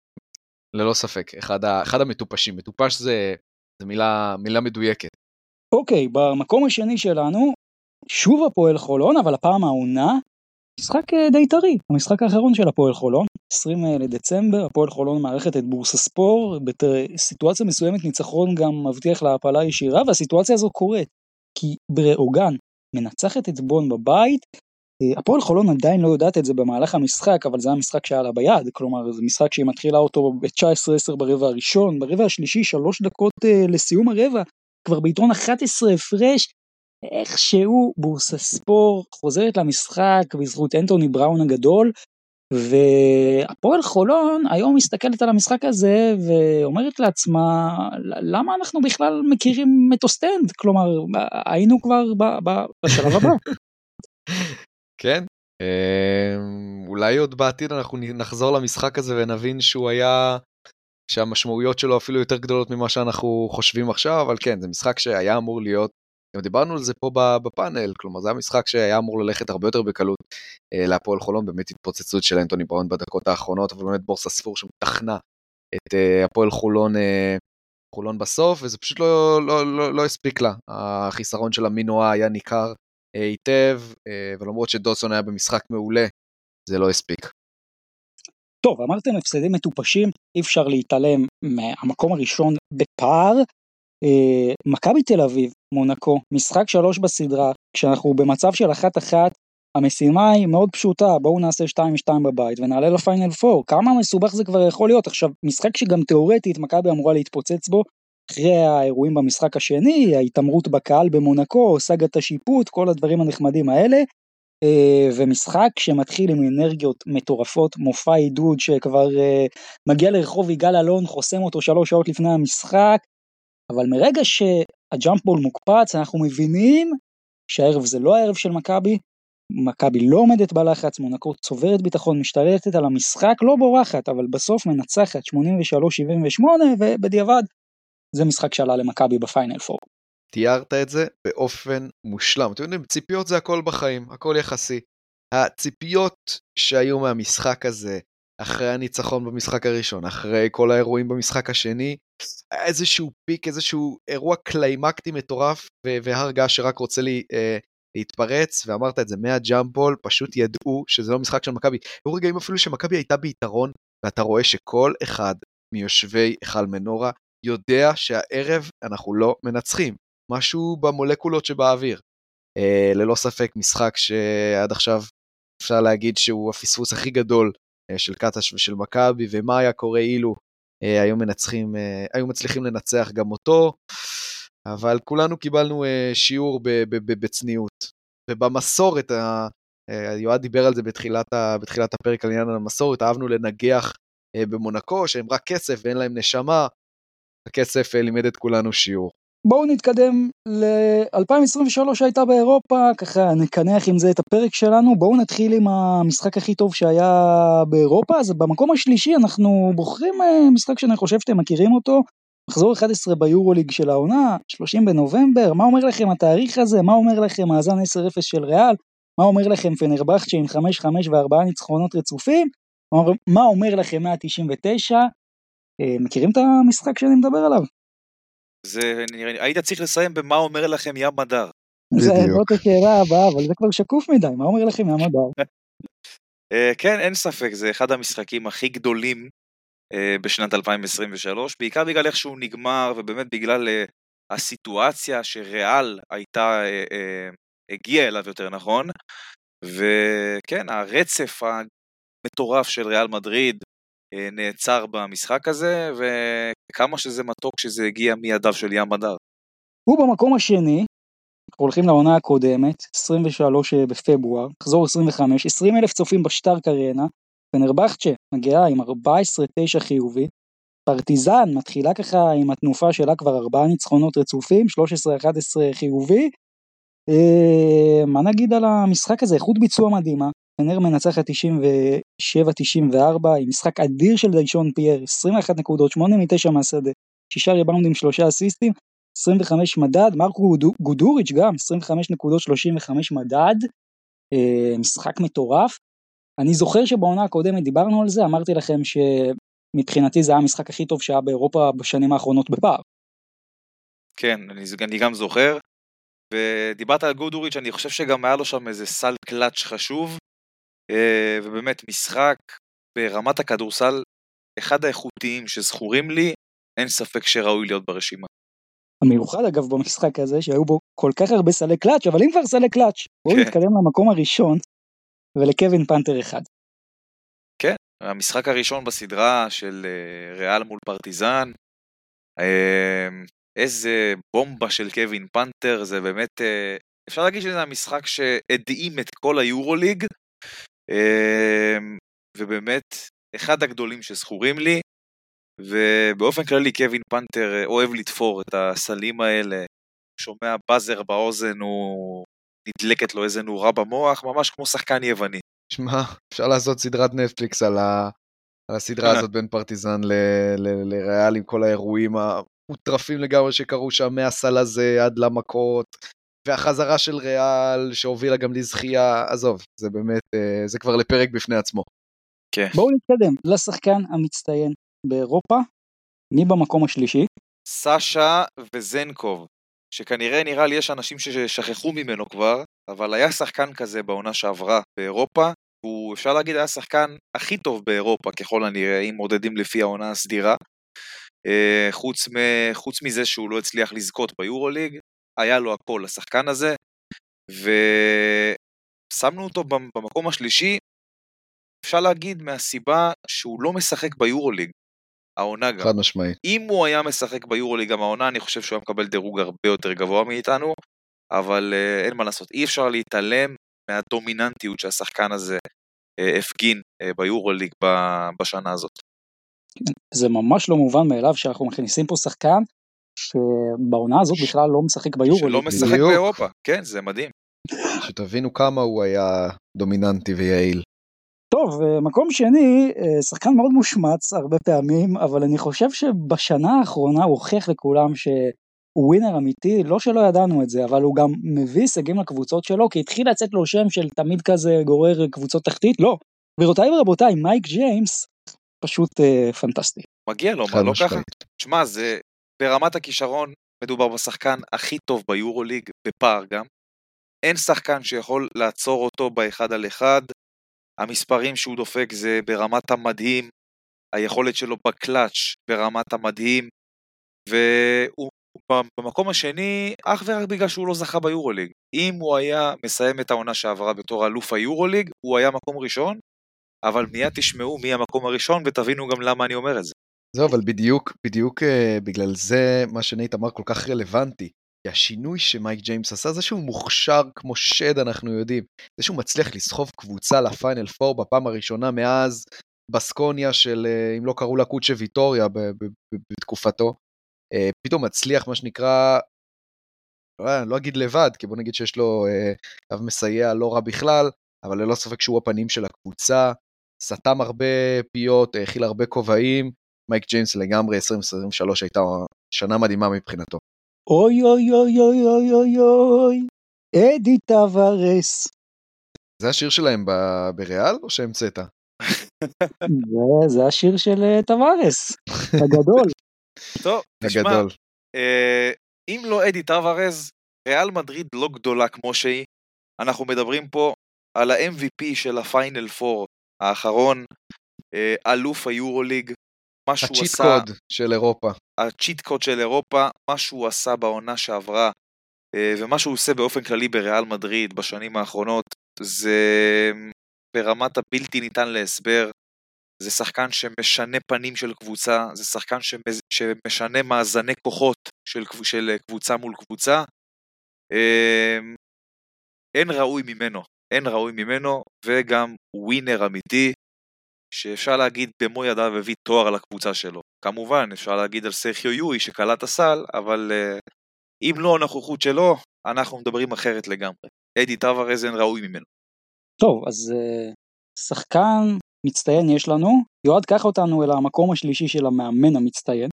ללא ספק, אחד, ה, אחד המטופשים, מטופש זה, זה מילה, מילה מדויקת. אוקיי, במקום השני שלנו, שוב הפועל חולון, אבל הפעם העונה, משחק די טרי, המשחק האחרון של הפועל חולון, עשרים לדצמבר, הפועל חולון מערכת את בורסספור, בסיטואציה מסוימת ניצחון גם מבטיח להפלה ישירה, והסיטואציה הזו קורית, כי בראוגן מנצחת את בון בבית, הפועל חולון עדיין לא יודעת את זה במהלך המשחק, אבל זה המשחק שהיה לה ביד, כלומר זה משחק שהיא מתחילה אותו ב-תשע עשרה עשר ברבע הראשון, ברבע השלישי שלוש דקות לסיום הרבע, כבר ביתרון אחת עשרה הפרש, איכשהו בורסספור חוזרת למשחק בזכות אנטוני בראון הגדול, והפועל חולון היום מסתכלת על המשחק הזה ואומרת לעצמה, למה אנחנו בכלל מכירים מטוסטנד? כלומר, היינו כבר ב- ב- בשלב הבא. כן, אולי עוד בעתיד אנחנו נחזור למשחק הזה ונבין שהוא היה, שהמשמעויות שלו אפילו יותר גדולות ממה שאנחנו חושבים עכשיו, אבל כן, זה משחק שהיה אמור להיות, גם דיברנו על זה פה בפאנל, כלומר זה המשחק שהיה אמור ללכת הרבה יותר בקלות להפועל חולון, באמת התפוצצות של אנטוני בראון בדקות האחרונות, אבל באמת בורסספור שמתכנה את הפועל חולון, חולון בסוף, וזה פשוט לא, לא, לא, לא הספיק לה, החיסרון של המינואה היה ניכר היטב, ולמרות שדוסון היה במשחק מעולה, זה לא הספיק. טוב, אמרתם הפסדים מטופשים, אי אפשר להתעלם מהמקום הראשון בפער, מכבי תל אביב, מונקו, משחק שלוש בסדרה, כשאנחנו במצב של אחת אחת, המשימה היא מאוד פשוטה, בואו נעשה שתיים שתיים בבית ונעלה לפיינל פור, כמה מסובך זה כבר יכול להיות, עכשיו משחק שגם תיאורטית מכבי אמורה להתפוצץ בו, אחרי האירועים במשחק השני, ההתאמרות בקהל במונקו, סגת השיפוט, כל הדברים הנחמדים האלה, ומשחק שמתחיל עם אנרגיות מטורפות, מופע עידוד שכבר מגיע לרחוב יגאל אלון, חוסם אותו שלוש שעות לפני המשחק, אבל מרגע שהג'אמפבול מוקפץ, אנחנו מבינים שהערב זה לא הערב של מכבי, מכבי לא עומדת בלחץ, מונקו צוברת ביטחון, משתלטת על המשחק, לא בורחת, אבל בסוף מנצחת שמונים ושלוש שבעים ושמונה, ובדיעבד זה משחק שעלה למכבי בפיינל פור. תיארת את זה באופן מושלם. אתם יודעים, ציפיות זה הכל בחיים, הכל יחסי. הציפיות שהיו מהמשחק הזה, אחרי הניצחון במשחק הראשון, אחרי כל האירועים במשחק השני, איזשהו פיק, איזשהו אירוע קליימקטי מטורף, והרגע שרק רוצה לי, אה, להתפרץ, ואמרת את זה מהג'אמפבול, פשוט ידעו שזה לא משחק של מכבי. היו רגעים אפילו שמכבי הייתה ביתרון, ואתה רואה שכל אחד מיושבי היכל מנורה, יודע שהערב אנחנו לא מנצחים. משהו במולקולות שבאוויר. אה, ללא ספק משחק שעד עכשיו אפשר להגיד שהוא הפספוס הכי גדול אה, של קטש ושל מכבי, ומה היה קורה אילו אה, היו מנצחים, אה, היו מצליחים לנצח גם אותו, אבל כולנו קיבלנו אה, שיעור ב- ב- ב- בצניעות, ובמסורת, ה- אה, יועד דיבר על זה בתחילת, ה- בתחילת הפרק על עניין המסורת, אהבנו לנגח אה, במונקו, שהם רק כסף ואין להם נשמה, הכסף אה, לימד את כולנו שיעור. בואו נתקדם ל-אלפיים עשרים ושלוש שהייתה באירופה, ככה נקנח עם זה את הפרק שלנו, בואו נתחיל עם המשחק הכי טוב שהיה באירופה, אז במקום השלישי אנחנו בוחרים משחק שאני חושב שאתם מכירים אותו, מחזור אחד עשרה ביורוליג של העונה, שלושים בנובמבר, מה אומר לכם התאריך הזה? מה אומר לכם מאזן עשר אפס של ריאל? מה אומר לכם פנרבחצ'ה עם חמש חמש וארבעה ניצחונות רצופים? מה אומר לכם מאה תשעים ותשע? מכירים את המשחק שאני מדבר עליו? זה, היית צריך לסיים במה אומר לכם ים מדר. זה זאת השאלה הבאה, אבל זה כבר שקוף מדי, מה אומר לכם ים מדר? כן, אין ספק, זה אחד המשחקים הכי גדולים בשנת אלפיים עשרים ושלוש, בעיקר בגלל איך שהוא נגמר, ובאמת בגלל הסיטואציה שריאל הייתה, הגיעה אליו יותר נכון, וכן, הרצף המטורף של ריאל מדריד נעצר במשחק הזה, וכמה שזה מתוק שזה הגיע מידיו של ים מדר. הוא במקום השני, אנחנו הולכים לעונה הקודמת, עשרים ושלושה בפברואר, חזור עשרים וחמש, עשרים אלף צופים בשטארק ארנה, פנרבחצ'ה מגיעה עם ארבע עשרה תשע חיובי, פרטיזן מתחילה ככה עם התנופה שלה כבר ארבעה ניצחונות רצופים, שלוש עשרה אחת עשרה חיובי, אה, מה נגיד על המשחק הזה? איכות ביצוע מדהימה, פנר מנצחת תשעים ושבע תשעים וארבע, עם משחק אדיר של דיישון פייר, עשרים ואחת נקודות, שמונה מתשע מהשדה, שישה ריבאונדים, שלושה אסיסטים, עשרים וחמש מדד, מרקו גודוריץ' גם, עשרים וחמש נקודות, שלושים וחמש מדד, אה, משחק מטורף. אני זוכר שבעונה הקודמת דיברנו על זה, אמרתי לכם שמבחינתי זה היה המשחק הכי טוב שהיה באירופה בשנים האחרונות בפער. כן, אני, אני גם זוכר, ודיברת על גודוריץ', אני חושב שגם היה לו שם איזה סל קלאץ' חשוב, אה, ובאמת משחק ברמת הכדורסל, אחד האיכותיים שזכורים לי, אין ספק שראוי להיות ברשימה. המיוחד אגב במשחק הזה, שהיו בו כל כך הרבה סלי קלאץ', אבל אם כבר סלי קלאץ', בואו נתקדם למקום הראשון, ולקווין פנתר אחד. כן, המשחק הראשון בסדרה של ריאל מול פרטיזן, איזה בומבה של קווין פנתר, זה באמת, אפשר להגיד שזה המשחק שהדהים את כל היורוליג, ובאמת אחד הגדולים שזכורים לי, ובאופן כללי קווין פנתר אוהב לתפור את הסלים האלה, שומע בזר באוזן, הוא נדלקת לו איזה נורה במוח, ממש כמו שחקן יווני. שמע, אפשר לעשות סדרת נטפליקס על, ה... על הסדרה הזאת בין פרטיזן ל... ל... לריאל עם כל האירועים המוטרפים לגמרי שקרו שם, מהסל הזה עד למכות, והחזרה של ריאל שהובילה גם לזכייה, עזוב, זה באמת, זה כבר לפרק בפני עצמו. כן. בואו נתקדם לשחקן המצטיין באירופה, מי במקום השלישי? סשה וזנקוב, שכנראה נראה לי יש אנשים ששכחו ממנו כבר, אבל היה שחקן כזה בעונה שעברה באירופה, הוא אפשר להגיד היה השחקן הכי טוב באירופה ככל הנראה, אם מודדים לפי העונה הסדירה, חוץ, מ, חוץ מזה שהוא לא הצליח לזכות ביורוליג, היה לו הכל השחקן הזה, ושמנו אותו במקום השלישי, אפשר להגיד מהסיבה שהוא לא משחק ביורוליג, העונה גם. חד משמעי. אם הוא היה משחק ביורוליג גם העונה, אני חושב שהוא היה מקבל דירוג הרבה יותר גבוה מאיתנו, אבל uh, אין מה לעשות. אי אפשר להתעלם מהדומיננטיות שהשחקן הזה uh, הפגין uh, ביורוליג ב- בשנה הזאת. זה ממש לא מובן מאליו שאנחנו מכניסים פה שחקן שבעונה הזאת בכלל לא משחק ביורוליג. שלא משחק באירופה, כן, זה מדהים. שתבינו כמה הוא היה דומיננטי ויעיל. טוב, מקום שני, שחקן מאוד מושמץ הרבה פעמים, אבל אני חושב שבשנה האחרונה הוא הוכיח לכולם שהוא ווינר אמיתי, לא שלא ידענו את זה, אבל הוא גם מביא הישגים לקבוצות שלו, כי התחיל לצאת לו שם של תמיד כזה גורר קבוצות תחתית, לא. גבירותיי ורבותיי, מייק ג'יימס, פשוט אה, פנטסטי. מגיע לו, מה לא ככה? תשמע, זה ברמת הכישרון, מדובר בשחקן הכי טוב ביורוליג, בפער גם. אין שחקן שיכול לעצור אותו באחד על אחד, המספרים שהוא דופק זה ברמת המדהים, היכולת שלו בקלאץ' ברמת המדהים, והוא במקום השני, אך ורק בגלל שהוא לא זכה ביורוליג. אם הוא היה מסיים את העונה שעברה בתור אלוף היורוליג, הוא היה מקום ראשון, אבל מיד תשמעו מי המקום הראשון, ותבינו גם למה אני אומר את זה. זהו, אבל בדיוק, בדיוק בגלל זה מה שנייט אמר כל כך רלוונטי, כי השינוי שמייק ג'יימס עשה, זה שהוא מוכשר כמו שד, אנחנו יודעים, זה שהוא מצליח לסחוב קבוצה לפיינל פור בפעם הראשונה מאז בסקוניה של, אם לא קראו לה קוצ'ה ויטוריה בתקופתו, פתאום מצליח מה שנקרא, לא אגיד לבד, כי בוא נגיד שיש לו קו מסייע לא רע בכלל, אבל ללא ספק שהוא הפנים של הקבוצה, סתם הרבה פיות, הכיל הרבה כובעים, מייק ג'יימס לגמרי, עשרים עשרים ושלוש הייתה שנה מדהימה מבחינתו. אוי אוי אוי אוי אוי אוי אוי, אדי טווארס. זה השיר שלהם בריאל או שהמצאת? זה, זה השיר של טווארס, הגדול. טוב, תשמע, אה, אם לא אדי טווארס, ריאל מדריד לא גדולה כמו שהיא. אנחנו מדברים פה על ה-אם וי פי של הפיינל פור האחרון, אה, אלוף היורוליג, מה שהוא הצ'יט עשה, קוד של אירופה. הצ'יט קוד של אירופה, מה שהוא עשה בעונה שעברה, אה, ומה שהוא עושה באופן כללי בריאל מדריד בשנים האחרונות, זה ברמת הבלתי ניתן להסבר. זה שחקן שמשנה פנים של קבוצה, זה שחקן שמשנה מאזני כוחות של, של קבוצה מול קבוצה. אין ראוי ממנו, אין ראוי ממנו, וגם ווינר אמיתי, שאפשר להגיד במו ידיו הביא תואר על הקבוצה שלו. כמובן, אפשר להגיד על סרחיו יואי שקלט הסל, אבל אם לא הנוכחות שלו, אנחנו מדברים אחרת לגמרי. אדי טווארס אין ראוי ממנו. טוב, אז שחקן מצטיין יש לנו. יועד, קח אותנו אל המקום השלישי של המאמן המצטיין.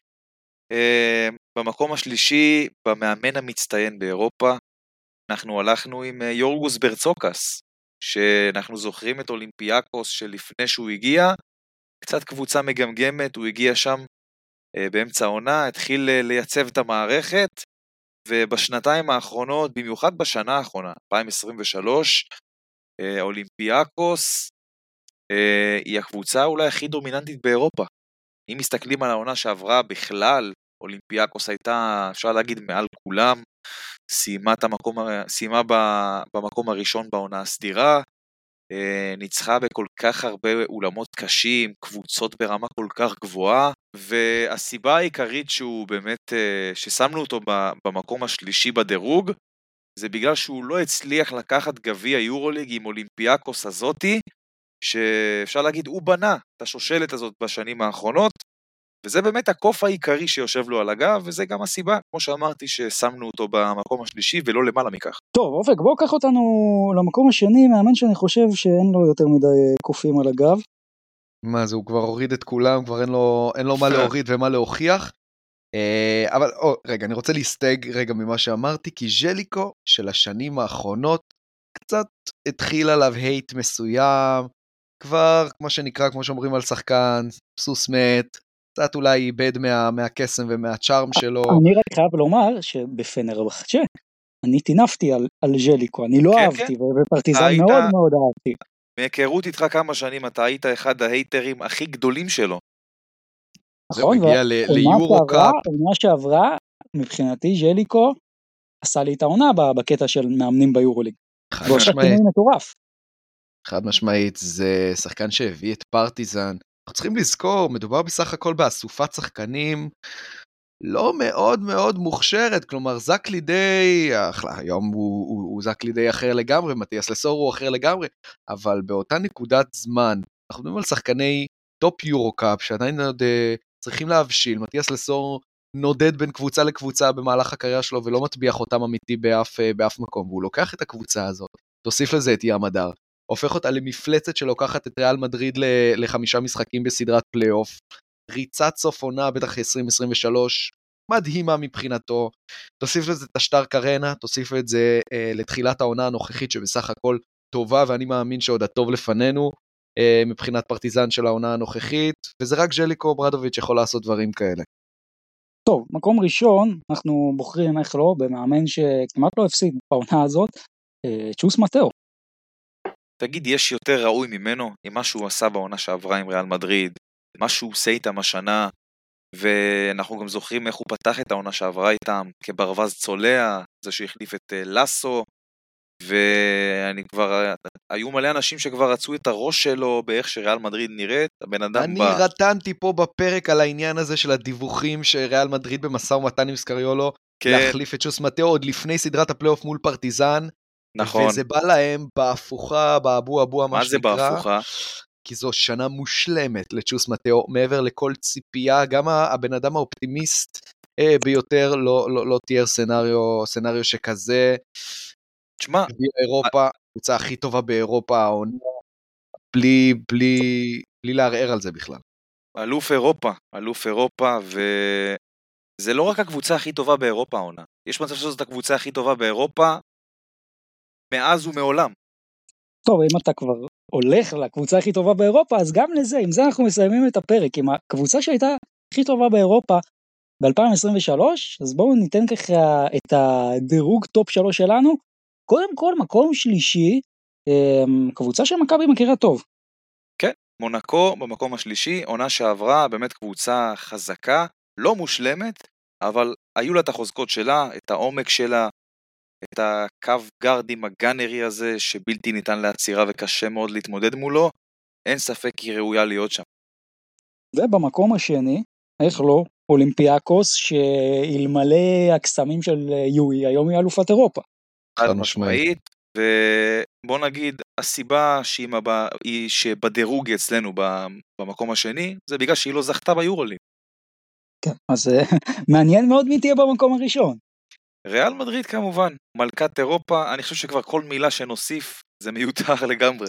במקום השלישי, במאמן המצטיין באירופה, אנחנו הלכנו עם יורגוס ברצוקס, שאנחנו זוכרים את אולימפיאקוס שלפני שהוא הגיע, קצת קבוצה מגמגמת, הוא הגיע שם באמצע העונה, התחיל לייצב את המערכת, ובשנתיים האחרונות, במיוחד בשנה האחרונה, אלפיים עשרים ושלוש, אולימפיאקוס היא הקבוצה אולי הכי דומיננטית באירופה. אם מסתכלים על העונה שעברה בכלל, אולימפיאקוס הייתה, אפשר להגיד, מעל כולם, סיימה, המקום, סיימה במקום הראשון בעונה הסדירה, ניצחה בכל כך הרבה אולמות קשים, קבוצות ברמה כל כך גבוהה, והסיבה העיקרית שהוא באמת, ששמנו אותו במקום השלישי בדירוג, זה בגלל שהוא לא הצליח לקחת גביע יורוליג עם אולימפיאקוס הזאתי, שאפשר להגיד, הוא בנה את השושלת הזאת בשנים האחרונות, וזה באמת הקוף העיקרי שיושב לו על הגב, וזה גם הסיבה, כמו שאמרתי, ששמנו אותו במקום השלישי, ולא למעלה מכך. טוב, אופק, בוא קח אותנו למקום השני, מאמן שאני חושב שאין לו יותר מדי קופים על הגב. מה זה, הוא כבר הוריד את כולם, כבר אין לו, אין לו מה להוריד ומה להוכיח. אבל או, רגע, אני רוצה להסתג רגע ממה שאמרתי, כי ז'ליקו של השנים האחרונות, קצת התחיל עליו הייט מסוים, כבר, כמו שנקרא, כמו שאומרים על שחקן, סוס מת, קצת אולי איבד מה, מהקסם ומהצ'ארם שלו. אני רק חייב לומר שבפנרבחצ'ה, אני תינפתי על, על ז'ליקו, אני לא כן, אהבתי, כן. ובפרטיזן היית, מאוד מאוד אהבתי. מהיכרות איתך כמה שנים, אתה היית אחד ההייטרים הכי גדולים שלו. נכון, זה מגיע ליורו קאפ. העונה שעברה, מבחינתי ז'ליקו עשה לי את העונה בקטע של מאמנים ביורוליג. חד והוא משמעית. שחקן מטורף. חד משמעית, זה שחקן שהביא את פרטיזן. אנחנו צריכים לזכור, מדובר בסך הכל באסופת שחקנים לא מאוד מאוד מוכשרת, כלומר זק לידי, היום הוא, הוא, הוא זק לידי אחר לגמרי, מתיאס לסור הוא אחר לגמרי, אבל באותה נקודת זמן, אנחנו מדברים על שחקני טופ יורו קאפ, שעדיין עוד צריכים להבשיל, מתיאס לסור נודד בין קבוצה לקבוצה במהלך הקריירה שלו, ולא מטביח אותם אמיתי באף, באף מקום, והוא לוקח את הקבוצה הזאת, תוסיף לזה את ים הדר, הופך אותה למפלצת שלוקחת את ריאל מדריד לחמישה משחקים בסדרת פלייאוף, ריצת סוף עונה, בטח עשרים עשרים ושלוש, מדהימה מבחינתו, תוסיף לזה את השטר קרנה, תוסיף את זה אה, לתחילת העונה הנוכחית, שבסך הכל טובה, ואני מאמין שעוד הטוב לפנינו, אה, מבחינת פרטיזן של העונה הנוכחית, וזה רק ז'ליקו ברדוביץ' יכול לעשות דברים כאלה. טוב, מקום ראשון, אנחנו בוחרים איך לא, במאמן שכמעט לא הפסיד בעונה הזאת, אה, צ'וס מטאו. תגיד, יש יותר ראוי ממנו, עם מה שהוא עשה בעונה שעברה עם ריאל מדריד, מה שהוא עושה איתם השנה, ואנחנו גם זוכרים איך הוא פתח את העונה שעברה איתם, כברווז צולע, זה שהחליף את לסו, ואני כבר, היו מלא אנשים שכבר רצו את הראש שלו, באיך שריאל מדריד נראית, הבן אדם אני בא. אני רטנתי פה בפרק על העניין הזה של הדיווחים, שריאל מדריד במסע ומתן עם סקריולו, כן. להחליף את צ'וס מטאו, עוד לפני סדרת הפלייאוף מול פרטיזן, נכון. וזה בא להם בהפוכה, באבו אבו, מה, מה זה שנקרא, בהפוכה? כי זו שנה מושלמת לצ'וס מטאו, מעבר לכל ציפייה, גם הבן אדם האופטימיסט אה, ביותר, לא, לא, לא תיאר סנריו, סנריו שכזה, תשמע, באירופה, קבוצה הכי טובה באירופה, העונה, בלי, בלי, בלי לערער על זה בכלל. אלוף אירופה, אלוף אירופה, וזה לא רק הקבוצה הכי טובה באירופה העונה. יש מצב שזאת הקבוצה הכי טובה באירופה מאז ומעולם. טוב, אם אתה כבר הולך לקבוצה הכי טובה באירופה, אז גם לזה, עם זה אנחנו מסיימים את הפרק, עם הקבוצה שהייתה הכי טובה באירופה ב-אלפיים עשרים ושלוש, אז בואו ניתן ככה את הדירוג טופ שלוש שלנו. קודם כל, מקום שלישי, קבוצה שמכבי מכירה טוב. כן, מונקו במקום השלישי, עונה שעברה, באמת קבוצה חזקה, לא מושלמת, אבל היו לה את החוזקות שלה, את העומק שלה, את הקו גארדים הגאנרי הזה, שבלתי ניתן לעצירה וקשה מאוד להתמודד מולו, אין ספק היא ראויה להיות שם. ובמקום השני, איך לא, אולימפיאקוס, שאלמלא הקסמים של יואי, היום היא אלופת אירופה. חד משמעית, ובוא נגיד, הסיבה שהיא מבא, היא שבדירוג אצלנו במקום השני, זה בגלל שהיא לא זכתה ביורוליג. כן, אז מעניין מאוד מי תהיה במקום הראשון. ריאל מדריד כמובן, מלכת אירופה, אני חושב שכבר כל מילה שנוסיף, זה מיותר לגמרי.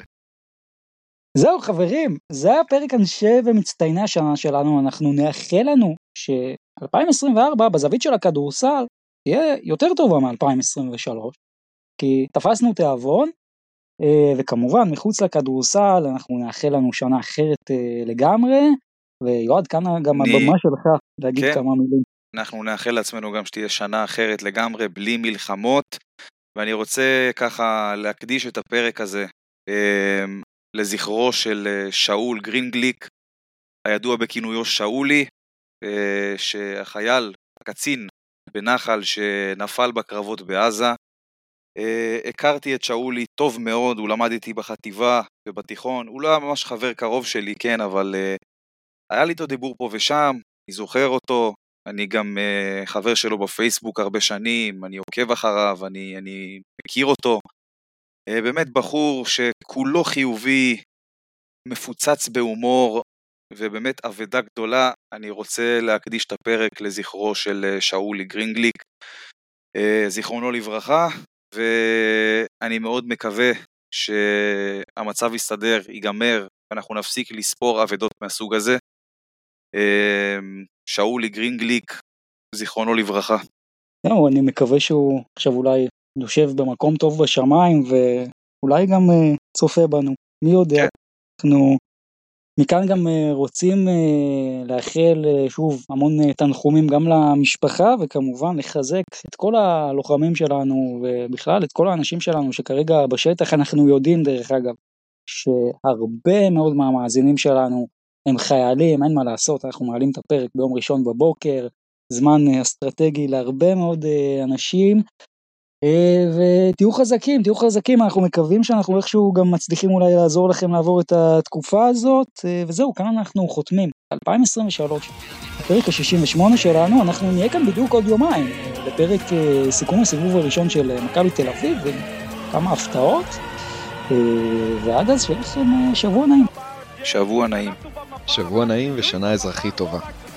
זהו חברים, זה הפרק אנשי ומצטייני השנה שלנו, אנחנו נאחל לנו ש-אלפיים עשרים וארבע בזווית של הכדורסל תהיה יותר טובה מ-אלפיים עשרים ושלוש, כי תפסנו תיאבון, וכמובן מחוץ לכדורסל אנחנו נאחל לנו שנה אחרת לגמרי, ויועד כאן גם אני... הבמה שלך להגיד כן. כמה מילים. אנחנו נאחל לעצמנו גם שתהיה שנה אחרת לגמרי, בלי מלחמות, ואני רוצה ככה להקדיש את הפרק הזה אה, לזכרו של שאול גרינגליק, הידוע בכינויו שאולי, אה, שהחייל, הקצין בנחל שנפל בקרבות בעזה. אה, הכרתי את שאולי טוב מאוד, הוא למד איתי בחטיבה ובתיכון, הוא לא היה ממש חבר קרוב שלי, כן, אבל אה, היה לי איתו דיבור פה ושם, אני זוכר אותו, אני גם uh, חבר שלו בפייסבוק הרבה שנים, אני עוקב אחריו, אני, אני מכיר אותו. Uh, באמת בחור שכולו חיובי, מפוצץ בהומור, ובאמת עבודה גדולה. אני רוצה להקדיש את הפרק לזכרו של שאולי גרינגליק, uh, זיכרונו לברכה, ואני מאוד מקווה שהמצב יסתדר, ייגמר, ואנחנו נפסיק לספור עבודות מהסוג הזה. שאולי גרינגליק, זיכרונו לברכה. זהו, אני מקווה שהוא עכשיו אולי יושב במקום טוב בשמיים, ואולי גם צופה בנו, מי יודע. אנחנו מכאן גם רוצים לאחל שוב המון תנחומים גם למשפחה, וכמובן לחזק את כל הלוחמים שלנו, ובכלל את כל האנשים שלנו שכרגע בשטח. אנחנו יודעים דרך אגב, שהרבה מאוד מהמאזינים שלנו הם חיילים, אין מה לעשות, אנחנו מעלים את הפרק ביום ראשון בבוקר, זמן אסטרטגי להרבה מאוד אנשים, ותהיו חזקים, תהיו חזקים, אנחנו מקווים שאנחנו איכשהו גם מצליחים אולי לעזור לכם לעבור את התקופה הזאת, וזהו, כאן אנחנו חותמים, אלפיים עשרים ושלוש, הפרק ה-שישים ושמונה שלנו, אנחנו נהיה כאן בדיוק עוד יומיים, בפרק סיכום הסיבוב הראשון של מכבי תל אביב, וכמה הפתעות, ועד אז שיהיה לכם שבוע נעים. שבוע נעים. שבוע נעים ושנה אזרחית טובה.